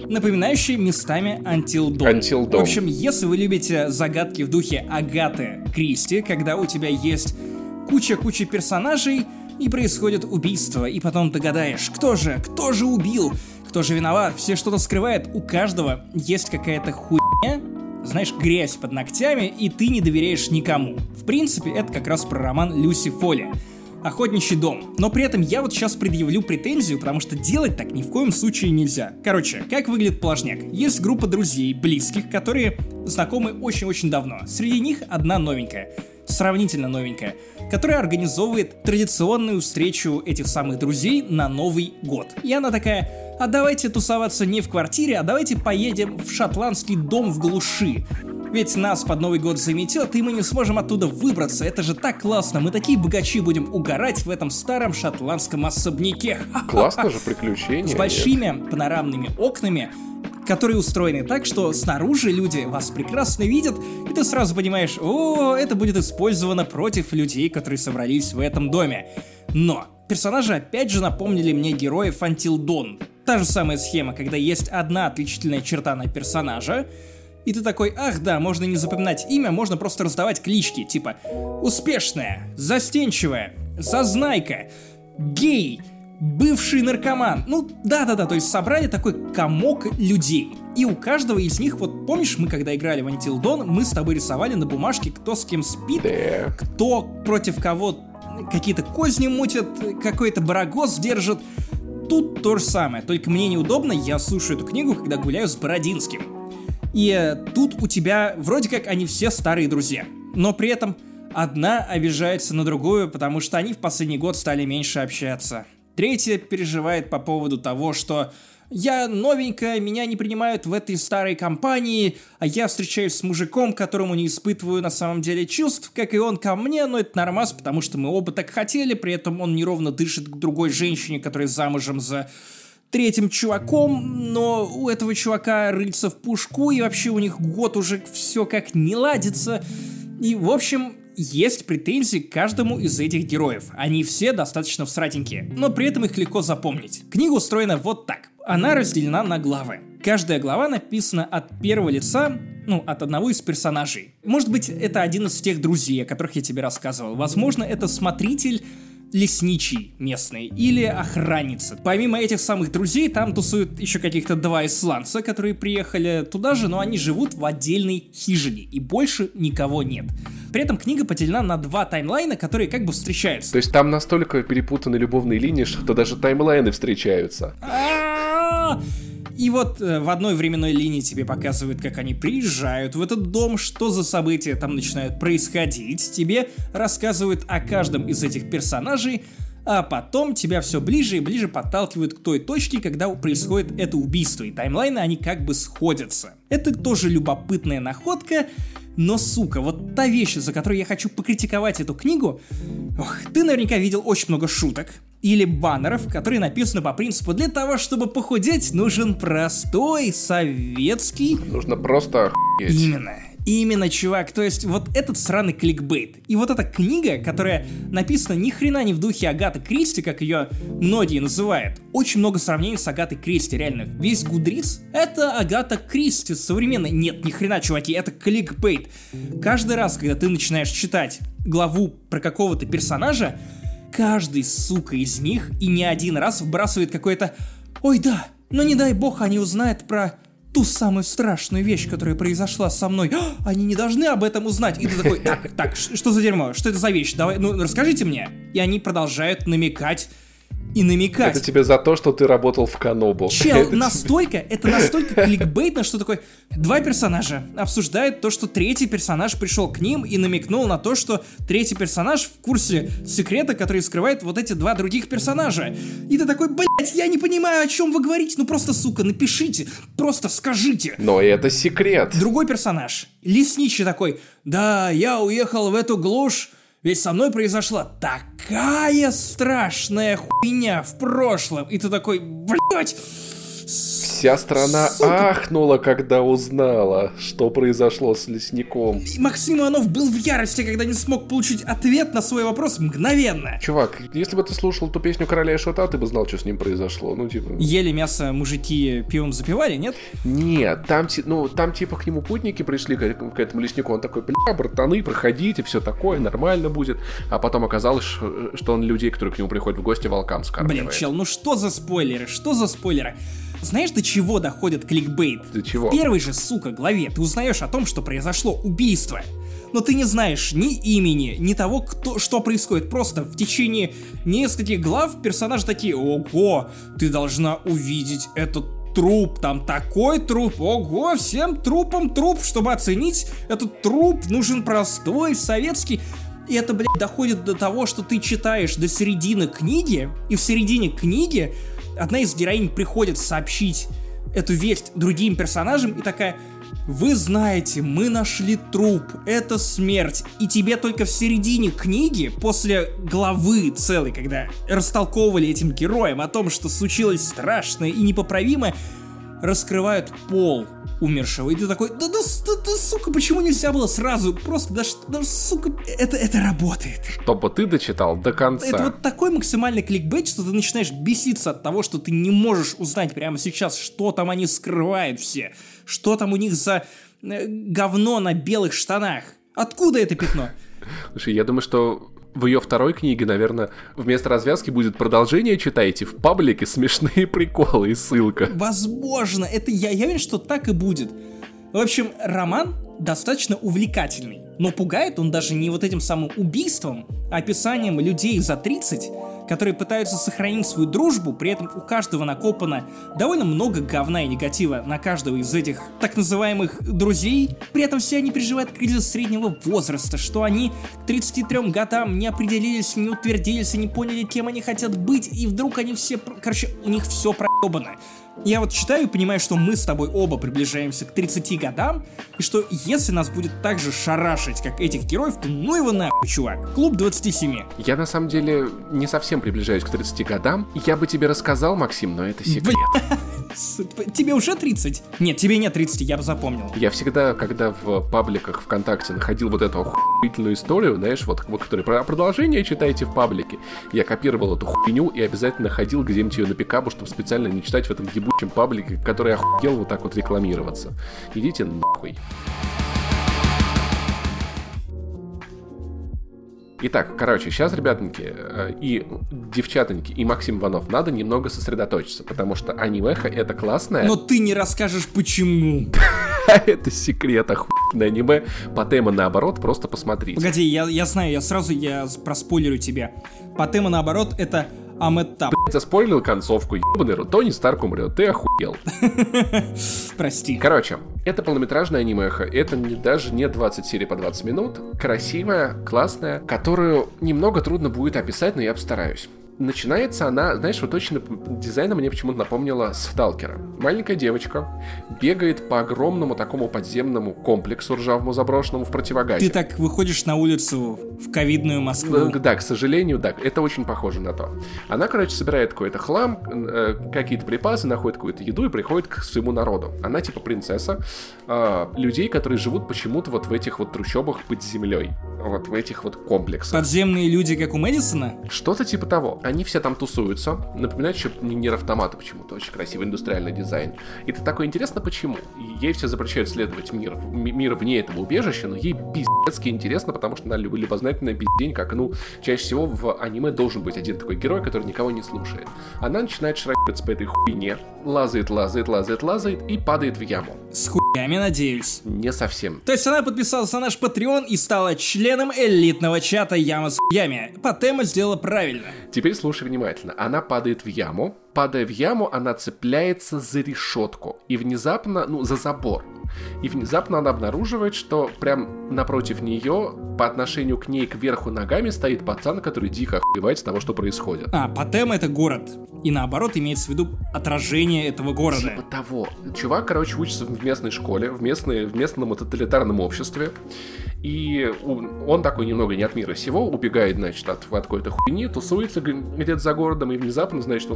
напоминающий местами Until Dawn. Until Dawn. В общем, если вы любите загадки в духе Агаты Кристи, когда у тебя есть куча персонажей, и происходит убийство, и потом ты гадаешь, кто же убил, кто же виноват, все что-то скрывает, у каждого есть какая-то хуйня, знаешь, грязь под ногтями, и ты не доверяешь никому. В принципе, это как раз про роман Люси Фолли «Охотничий дом». Но при этом я вот сейчас предъявлю претензию, потому что делать так ни в коем случае нельзя. Короче, как выглядит положняк? Есть группа друзей, близких, которые знакомы очень-очень давно. Среди них одна новенькая, сравнительно новенькая, которая организовывает традиционную встречу этих самых друзей на Новый год. И она такая: а давайте тусоваться не в квартире, а давайте поедем в шотландский дом в глуши. Ведь нас под Новый год заметет, и мы не сможем оттуда выбраться. Это же так классно, мы такие богачи будем угорать в этом старом шотландском особняке. Классно же приключение. С большими панорамными окнами, которые устроены так, что снаружи люди вас прекрасно видят, и ты сразу понимаешь, это будет использовано против людей, которые собрались в этом доме. Но персонажи опять же напомнили мне героев Until Dawn. Та же самая схема, когда есть одна отличительная черта на персонажа, и ты такой: ах да, можно не запоминать имя, можно просто раздавать клички, типа успешная, застенчивая, зазнайка, гей, бывший наркоман. Ну, да-да-да, то есть собрали такой комок людей. И у каждого из них, вот помнишь, мы когда играли в Until Dawn, мы с тобой рисовали на бумажке, кто с кем спит, кто против кого какие-то козни мутят, какой-то барагоз держит. Тут то же самое, только мне неудобно, я слушаю эту книгу, когда гуляю с Бородинским. И тут у тебя вроде как они все старые друзья, но при этом одна обижается на другую, потому что они в последний год стали меньше общаться. Третья переживает по поводу того, что я новенькая, меня не принимают в этой старой компании, а я встречаюсь с мужиком, которому не испытываю на самом деле чувств, как и он ко мне, но это нормас, потому что мы оба так хотели, при этом он неровно дышит к другой женщине, которая замужем за третьим чуваком, но у этого чувака рыльца в пушку, и вообще у них год уже все как не ладится. И, в общем, есть претензии к каждому из этих героев. Они все достаточно всратенькие, но при этом их легко запомнить. Книга устроена вот так. Она разделена на главы. Каждая глава написана от первого лица, от одного из персонажей. Может быть, это один из тех друзей, о которых я тебе рассказывал. Возможно, это смотритель лесничий местный или охранница. Помимо этих самых друзей, там тусуют еще каких-то два исландца, которые приехали туда же, но они живут в отдельной хижине, и больше никого нет. При этом книга поделена на два таймлайна, которые как бы встречаются. То есть там настолько перепутаны любовные линии, что даже таймлайны встречаются. И вот в одной временной линии тебе показывают, как они приезжают в этот дом, что за события там начинают происходить, тебе рассказывают о каждом из этих персонажей, а потом тебя все ближе и ближе подталкивают к той точке, когда происходит это убийство, и таймлайны, они как бы сходятся. Это тоже любопытная находка, но, сука, вот та вещь, за которую я хочу покритиковать эту книгу, ты наверняка видел очень много шуток или баннеров, которые написаны по принципу: для того, чтобы похудеть, нужен простой советский... Нужно просто охуеть. Именно, чувак, то есть вот этот сраный кликбейт. И вот эта книга, которая написана ни хрена не в духе Агаты Кристи, как ее многие называют. Очень много сравнений с Агатой Кристи, реально. Весь Гудриц — это Агата Кристи современная. Нет, ни хрена, чуваки, это кликбейт. Каждый раз, когда ты начинаешь читать главу про какого-то персонажа, каждый, сука, из них и не один раз вбрасывает какое-то: ой, да, но не дай бог они узнают про ту самую страшную вещь, которая произошла со мной. Они не должны об этом узнать. И ты такой: так, что за дерьмо? Что это за вещь? Давай, расскажите мне. И они продолжают намекать и намекать. Это тебе за то, что ты работал в Канобу. Чел, это настолько кликбейтно, что такой: два персонажа обсуждают то, что третий персонаж пришел к ним и намекнул на то, что третий персонаж в курсе секрета, который скрывает вот эти два других персонажа. И ты такой: блять, я не понимаю, о чем вы говорите, просто, сука, напишите, просто скажите. Но это секрет. Другой персонаж, лесничий, такой: да, я уехал в эту глушь, ведь со мной произошла такая страшная хуйня в прошлом. И ты такой: блять, Вся страна ахнула, когда узнала, что произошло с лесником. Максим Иванов был в ярости, когда не смог получить ответ на свой вопрос мгновенно. Чувак, если бы ты слушал ту песню Короля и Шута, ты бы знал, что с ним произошло. Ну, типа... Ели мясо мужики, пивом запивали, нет? Нет, там типа к нему путники пришли, к этому леснику. Он такой, бля, братаны, проходите, все такое, нормально будет. А потом оказалось, что он людей, которые к нему приходят в гости, волкам скармливает. Блин, чел, ну что за спойлеры, что за спойлеры? Знаешь, до чего доходит кликбейт? До чего? В первой же, сука, главе ты узнаешь о том, что произошло убийство. Но ты не знаешь ни имени, ни того, что происходит. Просто в течение нескольких глав персонажи такие: ого, ты должна увидеть этот труп, там такой труп, ого, всем трупам труп. Чтобы оценить этот труп, нужен простой советский. И это, блядь, доходит до того, что ты читаешь до середины книги, и в середине книги одна из героинь приходит сообщить эту весть другим персонажам и такая: вы знаете, мы нашли труп, это смерть. И тебе только в середине книги, после главы целой, когда растолковывали этим героям о том, что случилось страшное и непоправимое, раскрывают пол умершего. И ты такой: да, сука, почему нельзя было сразу? Просто, сука, это работает. Чтобы ты дочитал до конца. Это вот такой максимальный кликбейт, что ты начинаешь беситься от того, что ты не можешь узнать прямо сейчас, что там они скрывают все. Что там у них за говно на белых штанах. Откуда это пятно? Слушай, я думаю, что в ее второй книге, наверное, вместо развязки будет продолжение, читайте в паблике смешные приколы и ссылка. Возможно, это я уверен, что так и будет. В общем, роман достаточно увлекательный, но пугает он даже не вот этим самым убийством, а описанием людей за 30, которые пытаются сохранить свою дружбу, при этом у каждого накопано довольно много говна и негатива на каждого из этих так называемых друзей. При этом все они переживают кризис среднего возраста, что они к 33 годам не определились, не утвердились и не поняли, кем они хотят быть, и вдруг они все, короче, у них все проебано. Я вот читаю и понимаю, что мы с тобой оба приближаемся к 30 годам, и что если нас будет так же шарашить, как этих героев, то ну его нахуй, чувак. Клуб 27. Я на самом деле не совсем приближаюсь к 30 годам. Я бы тебе рассказал, Максим, но это секрет. Тебе уже 30? Нет, тебе нет 30, я бы запомнил. Я всегда, когда в пабликах ВКонтакте находил вот эту охуительную историю, знаешь, вот, которая про продолжение читайте в паблике, я копировал эту хуйню и обязательно ходил где-нибудь ее на пикабу, чтобы специально не читать в этом ебучем паблике, который охуел вот так вот рекламироваться. Идите нахуй. Итак, короче, сейчас, ребятники, и девчатоньки, и Максим Иванов, надо немного сосредоточиться, потому что анимеха — это классное... Но ты не расскажешь, почему. Это секрет, охуенное аниме. Патема наоборот, просто посмотрите. Погоди, я знаю, я проспойлерю тебе. Патема наоборот — это Аметап. Блять, заспойлерил концовку, ебаный рот, Тони Старк умрет, ты охуел. Прости. Короче, это полнометражная анимеха, это даже не 20 серий по 20 минут, красивая, классная, которую немного трудно будет описать, но я постараюсь. Начинается она, знаешь, вот точно дизайном мне почему-то напомнила Сталкера. Маленькая девочка бегает по огромному такому подземному комплексу ржавому заброшенному в противогазе. Ты так выходишь на улицу в ковидную Москву. Да, к сожалению, да, это очень похоже на то. Она, короче, собирает какой-то хлам, какие-то припасы, находит какую-то еду и приходит к своему народу. Она типа принцесса людей, которые живут почему-то вот в этих вот трущобах под землей. Вот в этих вот комплексах. Подземные люди, как у Мэдисона? Что-то типа того. Они все там тусуются. Напоминает еще Нир Автомата почему-то. Очень красивый индустриальный дизайн. И ты такой, интересно, почему? Ей все запрещают следовать мир вне этого убежища, но ей пиздецки интересно, потому что она любознательная пиздень, как, чаще всего в аниме должен быть один такой герой, который никого не слушает. Она начинает шрапиться по этой хуйне, лазает и падает в яму. С хуями, надеюсь. Не совсем. То есть она подписалась на наш Patreon и стала членом элитного чата Яма с хуями. Патема сделала правильно. Теперь слушай внимательно. Она падает в яму. Падая в яму, она цепляется за решетку. И внезапно, за забор. И внезапно она обнаруживает, что прям напротив нее, по отношению к ней кверху ногами, стоит пацан, который дико охуевает с того, что происходит. Патема — это город. И наоборот, имеется в виду отражение этого города. Типа того. Чувак, учится в местной школе, в местном тоталитарном обществе. И он такой немного не от мира сего, убегает, значит, от какой-то хуйни, тусуется где-то за городом, и внезапно, значит, он видит, как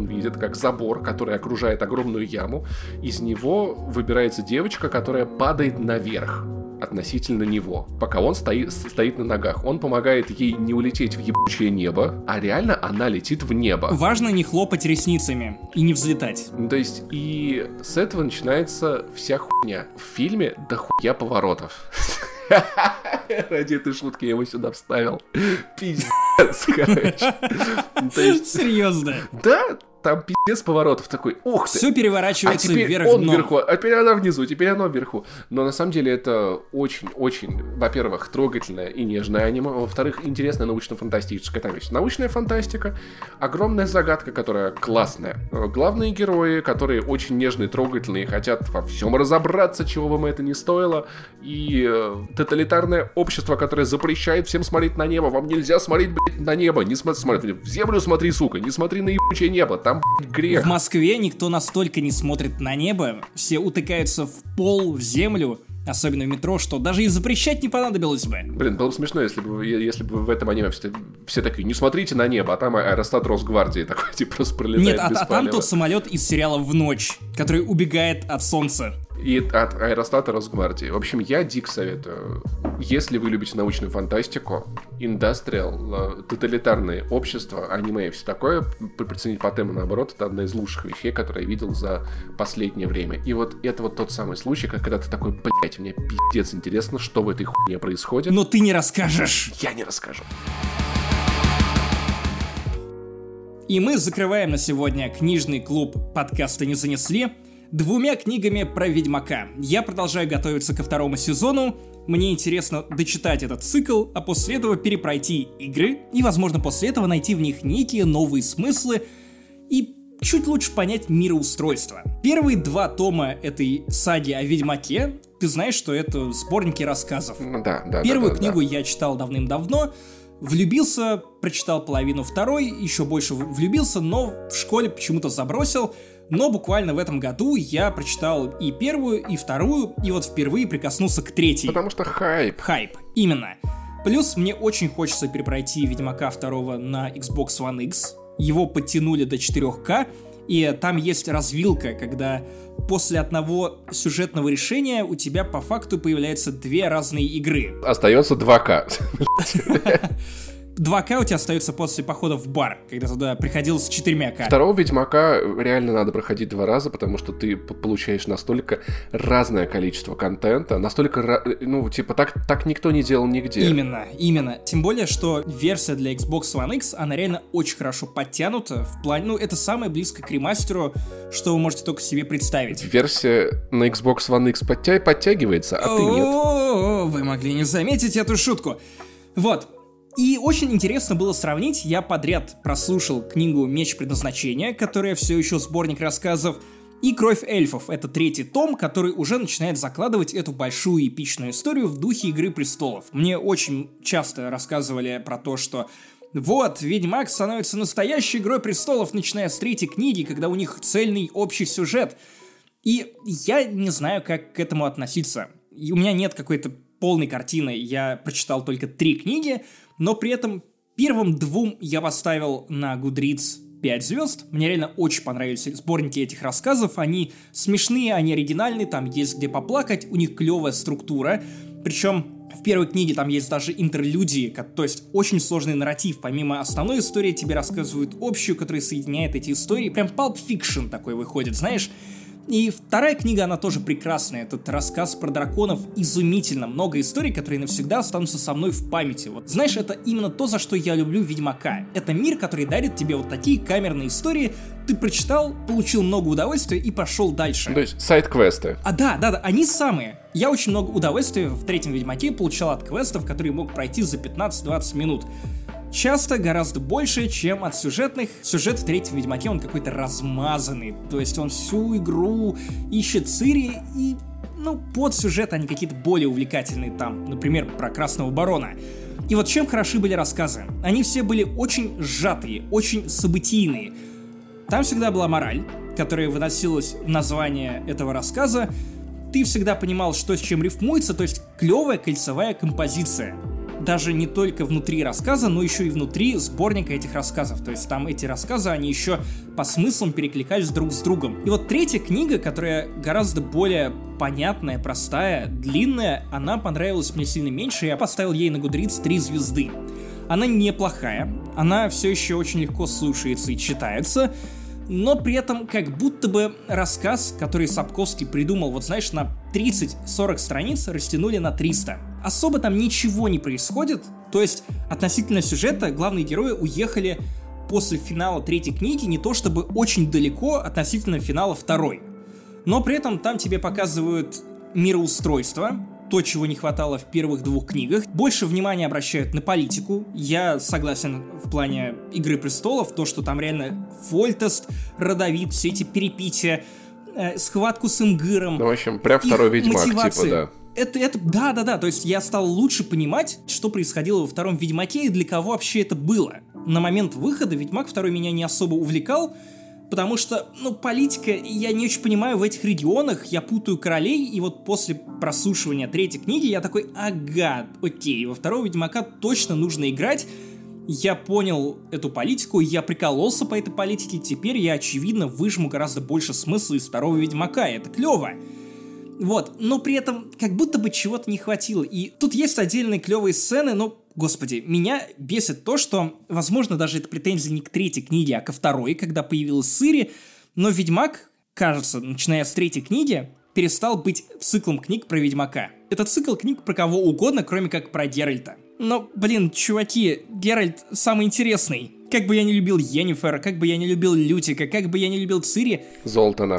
как забор, который окружает огромную яму. Из него выбирается девочка, которая падает наверх относительно него, пока он стоит на ногах. Он помогает ей не улететь в ебучее небо, а реально она летит в небо. Важно не хлопать ресницами и не взлетать. То есть, и с этого начинается вся хуйня. В фильме дохуя поворотов. Ради этой шутки я его сюда вставил. Пиздец, короче. Серьезно? Да, там пиздец поворотов такой, ух ты. Все переворачивается теперь вверх он дном. вверху, а теперь она внизу, теперь оно вверху. Но на самом деле это очень-очень, во-первых, трогательное и нежное аниме, во-вторых, интересное научно-фантастическое. Там есть научная фантастика, огромная загадка, которая классная. Главные герои, которые очень нежные, трогательные, хотят во всем разобраться, чего бы это ни стоило. И тоталитарное общество, которое запрещает всем смотреть на небо. Вам нельзя смотреть, блядь, на небо. Не смотри, в землю смотри, сука, не смотри на ебучее небо. Там, блядь, грех. В Москве никто настолько не смотрит на небо, все утыкаются в пол, в землю, особенно в метро, что даже и запрещать не понадобилось бы. Блин, было бы смешно, если бы в этом аниме все такие, не смотрите на небо, а там аэростат Росгвардии такой, типа, просто пролетает без палева. Нет, а там тот самолет из сериала «В ночь», который убегает от солнца. И от аэростата Росгвардии. В общем, я дико советую. Если вы любите научную фантастику, индастриал, тоталитарные общества, аниме и все такое, приценить по тему, наоборот, это одна из лучших вещей, которые я видел за последнее время. И вот это вот тот самый случай, когда ты такой, блять, мне пиздец интересно, что в этой хуйне происходит. Но ты не расскажешь. Я не расскажу. И мы закрываем на сегодня книжный клуб подкаста «Не занесли» 2 книгами про Ведьмака. Я продолжаю готовиться ко 2 сезону. Мне интересно дочитать этот цикл, а после этого перепройти игры и, возможно, после этого найти в них некие новые смыслы и чуть лучше понять мироустройство. Первые 2 тома этой саги о Ведьмаке, ты знаешь, что это сборники рассказов. Да. Первую книгу я читал давным-давно, влюбился, прочитал половину второй, еще больше влюбился, но в школе почему-то забросил. Но буквально в этом году я прочитал и первую, и вторую, и вот впервые прикоснулся к 3. Потому что хайп. Хайп, именно. Плюс мне очень хочется перепройти Ведьмака 2 на Xbox One X. Его подтянули до 4К, и там есть развилка, когда после одного сюжетного решения у тебя по факту появляются 2 разные игры. Остается 2К. 2К у тебя остается после похода в бар, когда туда приходилось с 4К. 2 Ведьмака реально надо проходить 2 раза, потому что ты получаешь настолько разное количество контента, настолько, ну, типа, так никто не делал нигде. Именно. Тем более, что версия для Xbox One X, она реально очень хорошо подтянута в плане, ну, это самое близкое к ремастеру, что вы можете только себе представить. Версия на Xbox One X подтягивается, а ты нет. О, вы могли не заметить эту шутку. Вот. И очень интересно было сравнить, я подряд прослушал книгу «Меч предназначения», которая все еще сборник рассказов, и «Кровь эльфов». Это 3 том, который уже начинает закладывать эту большую эпичную историю в духе «Игры престолов». Мне очень часто рассказывали про то, что вот, Ведьмак становится настоящей «Игрой престолов», начиная с 3 книги, когда у них цельный общий сюжет. И я не знаю, как к этому относиться. И у меня нет какой-то полной картины, я прочитал только 3 книги, но при этом первым 2 я поставил на Goodreads 5 звезд. Мне реально очень понравились сборники этих рассказов. Они смешные, они оригинальные, там есть где поплакать, у них клевая структура. Причем в первой книге там есть даже интерлюдии, то есть очень сложный нарратив. Помимо основной истории тебе рассказывают общую, которая соединяет эти истории. Прям Pulp Fiction такой выходит, знаешь. И 2 книга, она тоже прекрасная. Этот рассказ про драконов изумительно. Много историй, которые навсегда останутся со мной в памяти. Вот, знаешь, это именно то, за что я люблю Ведьмака. Это мир, который дарит тебе вот такие камерные истории. Ты прочитал, получил много удовольствия и пошел дальше. То есть сайд-квесты. Да, они самые. Я очень много удовольствия в 3 Ведьмаке получал от квестов, которые мог пройти за 15-20 минут. Часто гораздо больше, чем от сюжетных. Сюжет в 3 Ведьмаке, он какой-то размазанный. То есть он всю игру ищет Цири и, под сюжет они какие-то более увлекательные там. Например, про Красного Барона. И вот чем хороши были рассказы? Они все были очень сжатые, очень событийные. Там всегда была мораль, которая выносилась в название этого рассказа. Ты всегда понимал, что с чем рифмуется, то есть клевая кольцевая композиция. даже не только внутри рассказа, но еще и внутри сборника этих рассказов. То есть там эти рассказы, они еще по смыслам перекликались друг с другом. И вот третья книга, которая гораздо более понятная, простая, длинная, она понравилась мне сильно меньше, и я поставил ей на Goodreads 3 звезды. Она неплохая, она все еще очень легко слушается и читается, но при этом как будто бы рассказ, который Сапковский придумал, вот знаешь, на 30-40 страниц растянули на 300. Особо там ничего не происходит, то есть относительно сюжета главные герои уехали после финала третьей книги не то чтобы очень далеко относительно финала второй. Но при этом там тебе показывают мироустройство, то, чего не хватало в первых 2 книгах. Больше внимания обращают на политику. Я согласен в плане «Игры престолов», то, что там реально Фольтест, Родовид, все эти перепития, схватку с Имгыром. Ну, в общем, прям второй Ведьмак, мотивации. типа, да. Да, то есть я стал лучше понимать, что происходило во втором Ведьмаке и для кого вообще это было. На момент выхода Ведьмак второй меня не особо увлекал, потому что, политика, я не очень понимаю в этих регионах, я путаю королей, и вот после прослушивания третьей книги я такой, ага, окей, во второго Ведьмака точно нужно играть, я понял эту политику, я прикололся по этой политике, теперь я, очевидно, выжму гораздо больше смысла из второго Ведьмака, это клево. Вот, но при этом как будто бы чего-то не хватило, и тут есть отдельные клевые сцены, но Господи, меня бесит то, что, возможно, даже это претензия не к третьей книге, а ко второй, когда появилась Цири, но Ведьмак, кажется, начиная с третьей книги, перестал быть циклом книг про Ведьмака. Это цикл книг про кого угодно, кроме как про Геральта. Но, чуваки, Геральт самый интересный. Как бы я не любил Йеннифер, как бы я не любил Лютика, как бы я не любил Цири... Золтана.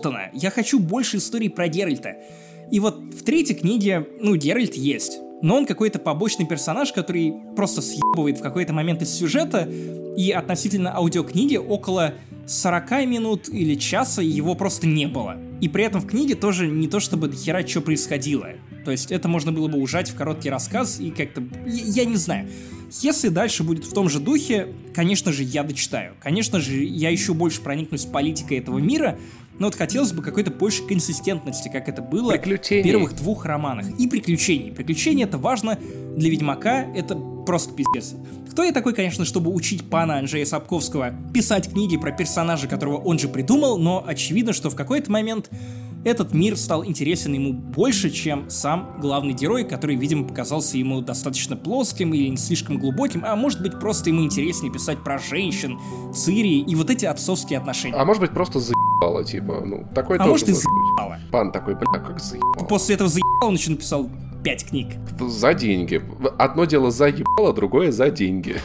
Я хочу больше историй про Геральта. И вот в третьей книге, Геральт есть. Но он какой-то побочный персонаж, который просто съебывает в какой-то момент из сюжета, и относительно аудиокниги около 40 минут или часа его просто не было. И при этом в книге тоже не то чтобы дохера что происходило. То есть это можно было бы ужать в короткий рассказ и как-то... Я не знаю. Если дальше будет в том же духе, конечно же, я дочитаю. Конечно же, я еще больше проникнусь политикой этого мира, но вот хотелось бы какой-то больше консистентности, как это было в первых 2 романах. И приключений. Приключения — это важно для Ведьмака, это просто пиздец. Кто я такой, конечно, чтобы учить пана Анджея Сапковского писать книги про персонажа, которого он же придумал, но очевидно, что в какой-то момент этот мир стал интересен ему больше, чем сам главный герой, который, видимо, показался ему достаточно плоским или не слишком глубоким, а может быть, просто ему интереснее писать про женщин, Цири и вот эти отцовские отношения. А может быть, просто заебало, типа, такой тоже может и заебало. Пан такой, как заебало. После этого заебало он еще написал 5 книг. За деньги. Одно дело заебало, другое за деньги.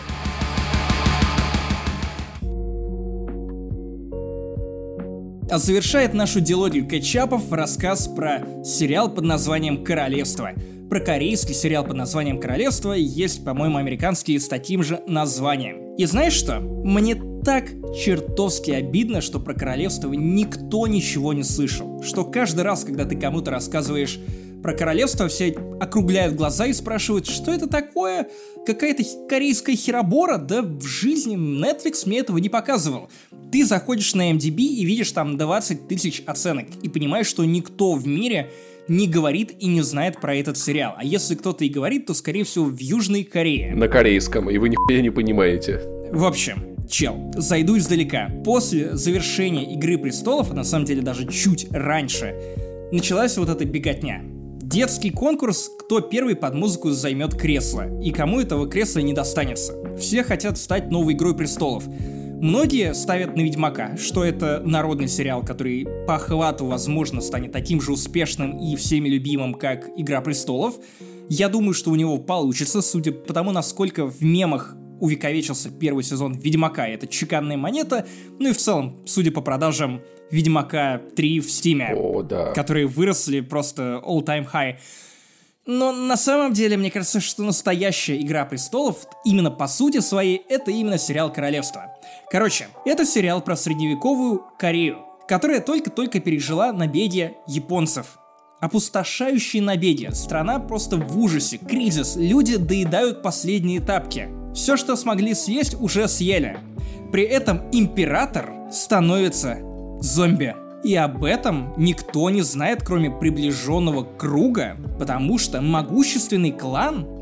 А завершает нашу дилогию кетчапов рассказ про сериал под названием «Королевство». Про корейский сериал под названием «Королевство» есть, по-моему, американский с таким же названием. И знаешь что? Мне так чертовски обидно, что про королевство никто ничего не слышал. Что каждый раз, когда ты кому-то рассказываешь про королевство, все округляют глаза и спрашивают, что это такое? Какая-то корейская херобора? Да в жизни Netflix мне этого не показывал. Ты заходишь на MDB и видишь там 20 тысяч оценок и понимаешь, что никто в мире не говорит и не знает про этот сериал. А если кто-то и говорит, то, скорее всего, в Южной Корее. На корейском, и вы нихуя не понимаете. В общем, чел, зайду издалека. После завершения «Игры престолов», а на самом деле даже чуть раньше, началась вот эта беготня. Детский конкурс, кто первый под музыку займет кресло, и кому этого кресла не достанется. Все хотят стать новой «Игрой престолов». Многие ставят на Ведьмака, что это народный сериал, который по охвату, возможно, станет таким же успешным и всеми любимым, как «Игра престолов». Я думаю, что у него получится, судя по тому, насколько в мемах увековечился первый сезон Ведьмака. Это чеканная монета, ну и в целом, судя по продажам Ведьмака 3 в Стиме, которые выросли просто all-time high. Но на самом деле, мне кажется, что настоящая «Игра престолов», именно по сути своей, это именно сериал «Королевство». Короче, это сериал про средневековую Корею, которая только-только пережила набеги японцев. Опустошающие набеги, страна просто в ужасе, кризис, люди доедают последние тапки. Все, что смогли съесть, уже съели. При этом император становится зомби. И об этом никто не знает, кроме приближенного круга, потому что могущественный клан,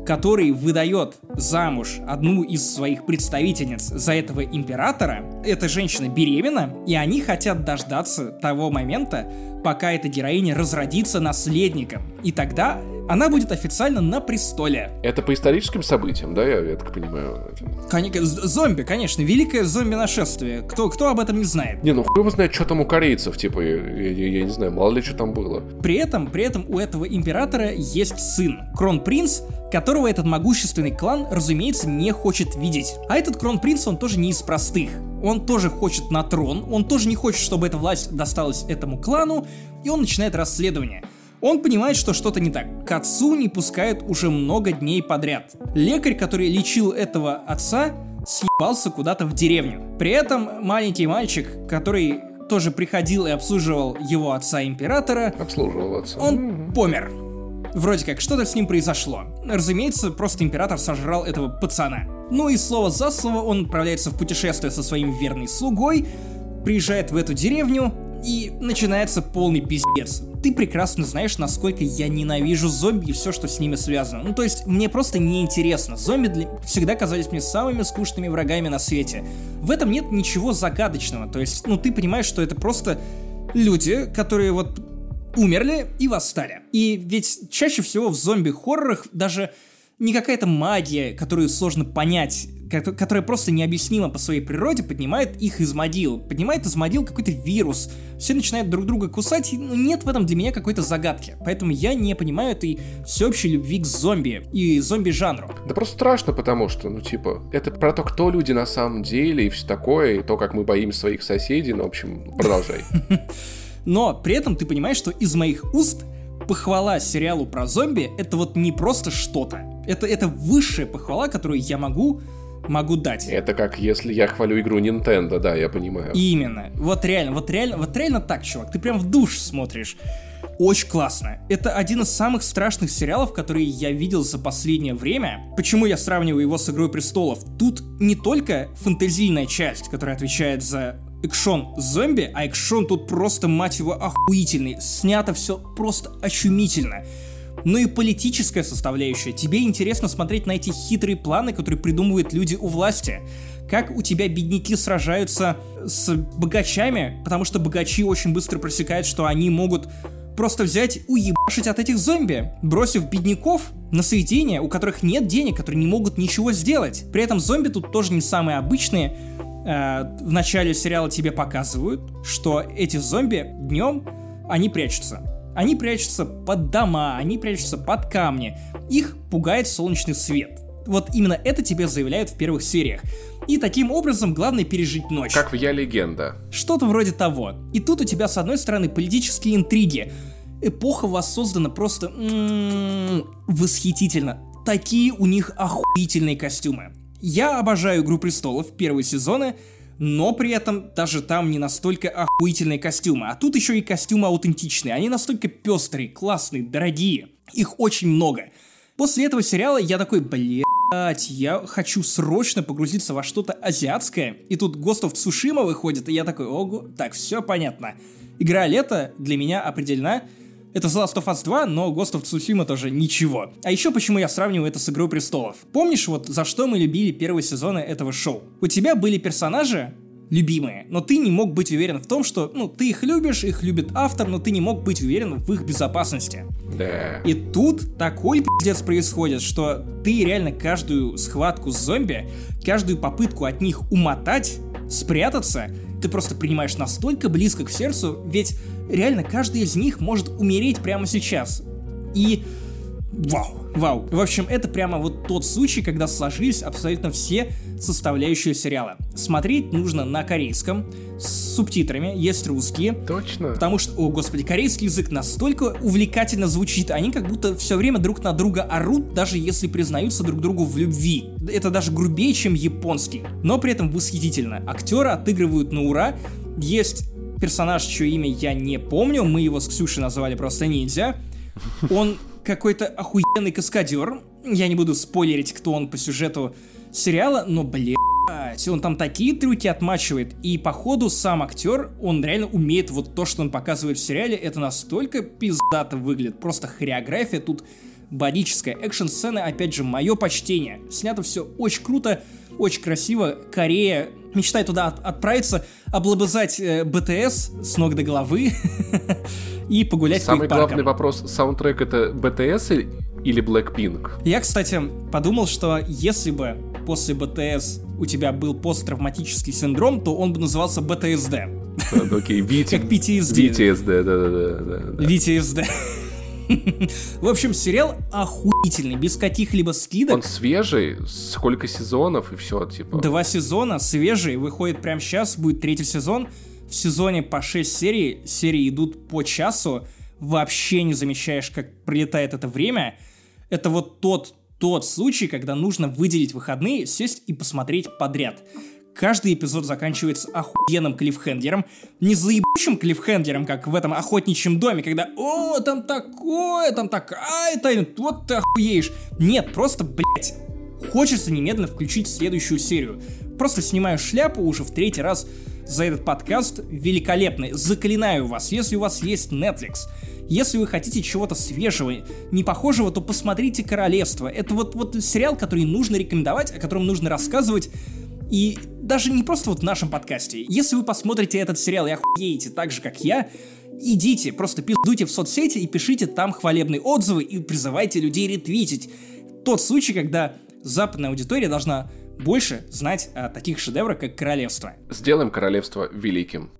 который выдает замуж одну из своих представительниц за этого императора. Эта женщина беременна, и они хотят дождаться того момента, пока эта героиня разродится наследником. И тогда она будет официально на престоле. Это по историческим событиям, да, я так понимаю? Зомби, конечно, великое зомби-нашествие. Кто об этом не знает? Не, ну хуй его знает, что там у корейцев, типа, я не знаю, мало ли что там было. При этом у этого императора есть сын, кронпринц, которого этот могущественный клан, разумеется, не хочет видеть. А этот кронпринц, он тоже не из простых. Он тоже хочет на трон, он тоже не хочет, чтобы эта власть досталась этому клану, и он начинает расследование. Он понимает, что что-то не так. К отцу не пускают уже много дней подряд. Лекарь, который лечил этого отца, съебался куда-то в деревню. При этом маленький мальчик, который тоже приходил и обслуживал его отца-императора, он помер. Вроде как что-то с ним произошло. Разумеется, просто император сожрал этого пацана. Ну и слово за слово он отправляется в путешествие со своим верным слугой, приезжает в эту деревню, и начинается полный пиздец. Ты прекрасно знаешь, насколько я ненавижу зомби и все, что с ними связано. Ну, то есть, мне просто неинтересно. Зомби всегда казались мне самыми скучными врагами на свете. В этом нет ничего загадочного. То есть, ты понимаешь, что это просто люди, которые вот умерли и восстали. И ведь чаще всего в зомби-хоррорах даже не какая-то магия, которую сложно понять, которая просто необъяснима по своей природе, поднимает их из могил. Поднимает из могил какой-то вирус. Все начинают друг друга кусать, и нет в этом для меня какой-то загадки. Поэтому я не понимаю этой всеобщей любви к зомби и зомби-жанру. Да просто страшно, потому что, это про то, кто люди на самом деле и все такое, и то, как мы боимся своих соседей, в общем, продолжай. Но при этом ты понимаешь, что из моих уст похвала сериалу про зомби — это вот не просто что-то. Это высшая похвала, которую я могу дать. Это как если я хвалю игру Nintendo, да, я понимаю. Именно. Вот реально так, чувак. Ты прям в душ смотришь. Очень классно. Это один из самых страшных сериалов, которые я видел за последнее время. Почему я сравниваю его с «Игрой престолов»? Тут не только фэнтезийная часть, которая отвечает за экшон зомби, а экшон тут просто, мать его, охуительный. Снято все просто очумительно. Ну и политическая составляющая. Тебе интересно смотреть на эти хитрые планы, которые придумывают люди у власти. Как у тебя бедняки сражаются с богачами, потому что богачи очень быстро просекают, что они могут просто взять и уебашить от этих зомби, бросив бедняков на съедение, у которых нет денег, которые не могут ничего сделать. При этом зомби тут тоже не самые обычные. В начале сериала тебе показывают, что эти зомби днем, они прячутся. Они прячутся под дома, они прячутся под камни. Их пугает солнечный свет. Вот именно это тебе заявляют в первых сериях. И таким образом главное пережить ночь. Как в «Я легенда». Что-то вроде того. И тут у тебя, с одной стороны, политические интриги. Эпоха воссоздана просто восхитительно. Такие у них охуительные костюмы. Я обожаю «Игру престолов», первые сезоны, но при этом даже там не настолько охуительные костюмы. А тут еще и костюмы аутентичные. Они настолько пестрые, классные, дорогие. Их очень много. После этого сериала я такой, я хочу срочно погрузиться во что-то азиатское. И тут Ghost of Tsushima выходит, и я такой, ого, так, все понятно. Игра лета для меня определена. Это The Last of Us 2, но Ghost of Tsushima тоже ничего. А еще почему я сравниваю это с «Игрой престолов». Помнишь, вот за что мы любили первые сезоны этого шоу? У тебя были персонажи любимые, но ты не мог быть уверен в том, что, ты их любишь, их любит автор, но ты не мог быть уверен в их безопасности. Да. И тут такой пиздец происходит, что ты реально каждую схватку с зомби, каждую попытку от них умотать, спрятаться, ты просто принимаешь настолько близко к сердцу, ведь реально каждый из них может умереть прямо сейчас. И вау. В общем, это прямо вот тот случай, когда сложились абсолютно все составляющие сериала. Смотреть нужно на корейском, с субтитрами, есть русские. Точно. Потому что, о господи, корейский язык настолько увлекательно звучит, они как будто все время друг на друга орут, даже если признаются друг другу в любви. Это даже грубее, чем японский. Но при этом восхитительно. Актеры отыгрывают на ура. Есть персонаж, чье имя я не помню, мы его с Ксюшей назвали просто ниндзя. Он какой-то охуенный каскадер. Я не буду спойлерить, кто он по сюжету сериала, но, он там такие трюки отмачивает. И, походу, сам актер, он реально умеет вот то, что он показывает в сериале. Это настолько пиздато выглядит. Просто хореография тут бодическая экшн-сцена, опять же, мое почтение. Снято все очень круто, очень красиво. Корея. Мечтаю туда отправиться, облобызать БТС с ног до головы и погулять по их паркам. Самый главный вопрос, саундтрек это БТС или Blackpink? Я, кстати, подумал, что если бы после БТС у тебя был посттравматический синдром, то он бы назывался БТСД. Окей, как PTSD. PTSD, да. PTSD. В общем, сериал охуительный, без каких-либо скидок. Он свежий, сколько сезонов и все, типа. 2 сезона, свежий, выходит прямо сейчас, будет 3-й сезон. В сезоне по 6 серий, серии идут по часу. Вообще не замечаешь, как пролетает это время. Это вот тот случай, когда нужно выделить выходные, сесть и посмотреть подряд. Каждый эпизод заканчивается охуенным клиффхенгером. Не заебучим клиффхенгером, как в этом охотничьем доме, когда «О, там такое, там такая-то, вот ты охуеешь». Нет, просто, блять, хочется немедленно включить следующую серию. Просто снимаю шляпу уже в 3-й раз за этот подкаст. Великолепный. Заклинаю вас, если у вас есть Netflix, если вы хотите чего-то свежего, не похожего, то посмотрите «Королевство». Это вот сериал, который нужно рекомендовать, о котором нужно рассказывать. И даже не просто вот в нашем подкасте. Если вы посмотрите этот сериал и охуеете так же, как я, идите, просто пиздуйте в соцсети и пишите там хвалебные отзывы и призывайте людей ретвитить. Тот случай, когда западная аудитория должна больше знать о таких шедеврах, как «Королевство». Сделаем «Королевство» великим.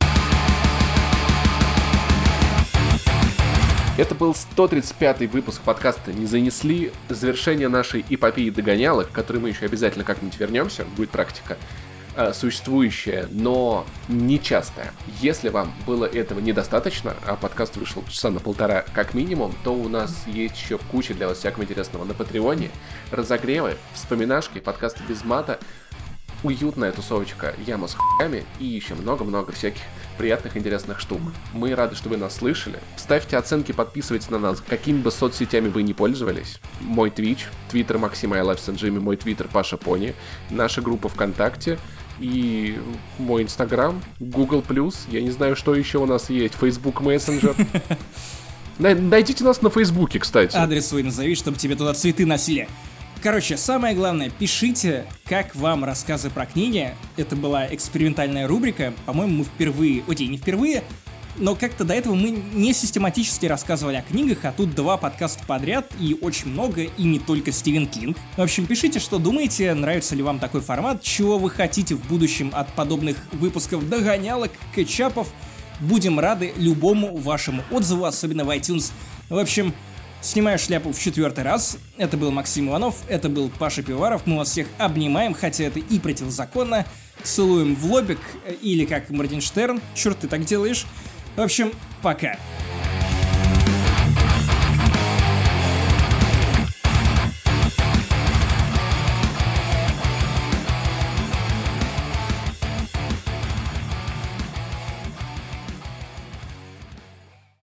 Это был 135-й выпуск подкаста «Не занесли». Завершение нашей эпопеи догонялок, к которой мы еще обязательно как-нибудь вернемся, будет практика, существующая, но нечастая. Если вам было этого недостаточно, а подкаст вышел часа на 1,5 как минимум, то у нас есть еще куча для вас всякого интересного на Патреоне, разогревы, вспоминашки, подкасты без мата, уютная тусовочка яма с хуями и еще много-много всяких приятных, интересных штук. Мы рады, что вы нас слышали. Ставьте оценки, подписывайтесь на нас, какими бы соцсетями вы ни пользовались. Мой Twitch, Twitter Максим I Love Sanjimi, мой Twitter Паша Пони, наша группа ВКонтакте и мой Инстаграм, Google+, я не знаю, что еще у нас есть, Facebook Messenger. Найдите нас на Фейсбуке, кстати. Адрес свой назови, чтобы тебе туда цветы носили. Короче, самое главное, пишите, как вам рассказы про книги. Это была экспериментальная рубрика. По-моему, мы впервые... Окей, не впервые, но как-то до этого мы не систематически рассказывали о книгах, а тут 2 подкаста подряд, и очень много, и не только Стивен Кинг. В общем, пишите, что думаете, нравится ли вам такой формат, чего вы хотите в будущем от подобных выпусков догонялок, кетчапов. Будем рады любому вашему отзыву, особенно в iTunes. В общем... Снимаю шляпу в 4-й раз. Это был Максим Иванов, это был Паша Пивоваров. Мы вас всех обнимаем, хотя это и противозаконно. Целуем в лобик, или как Моргенштерн. Черт, ты так делаешь. В общем, пока.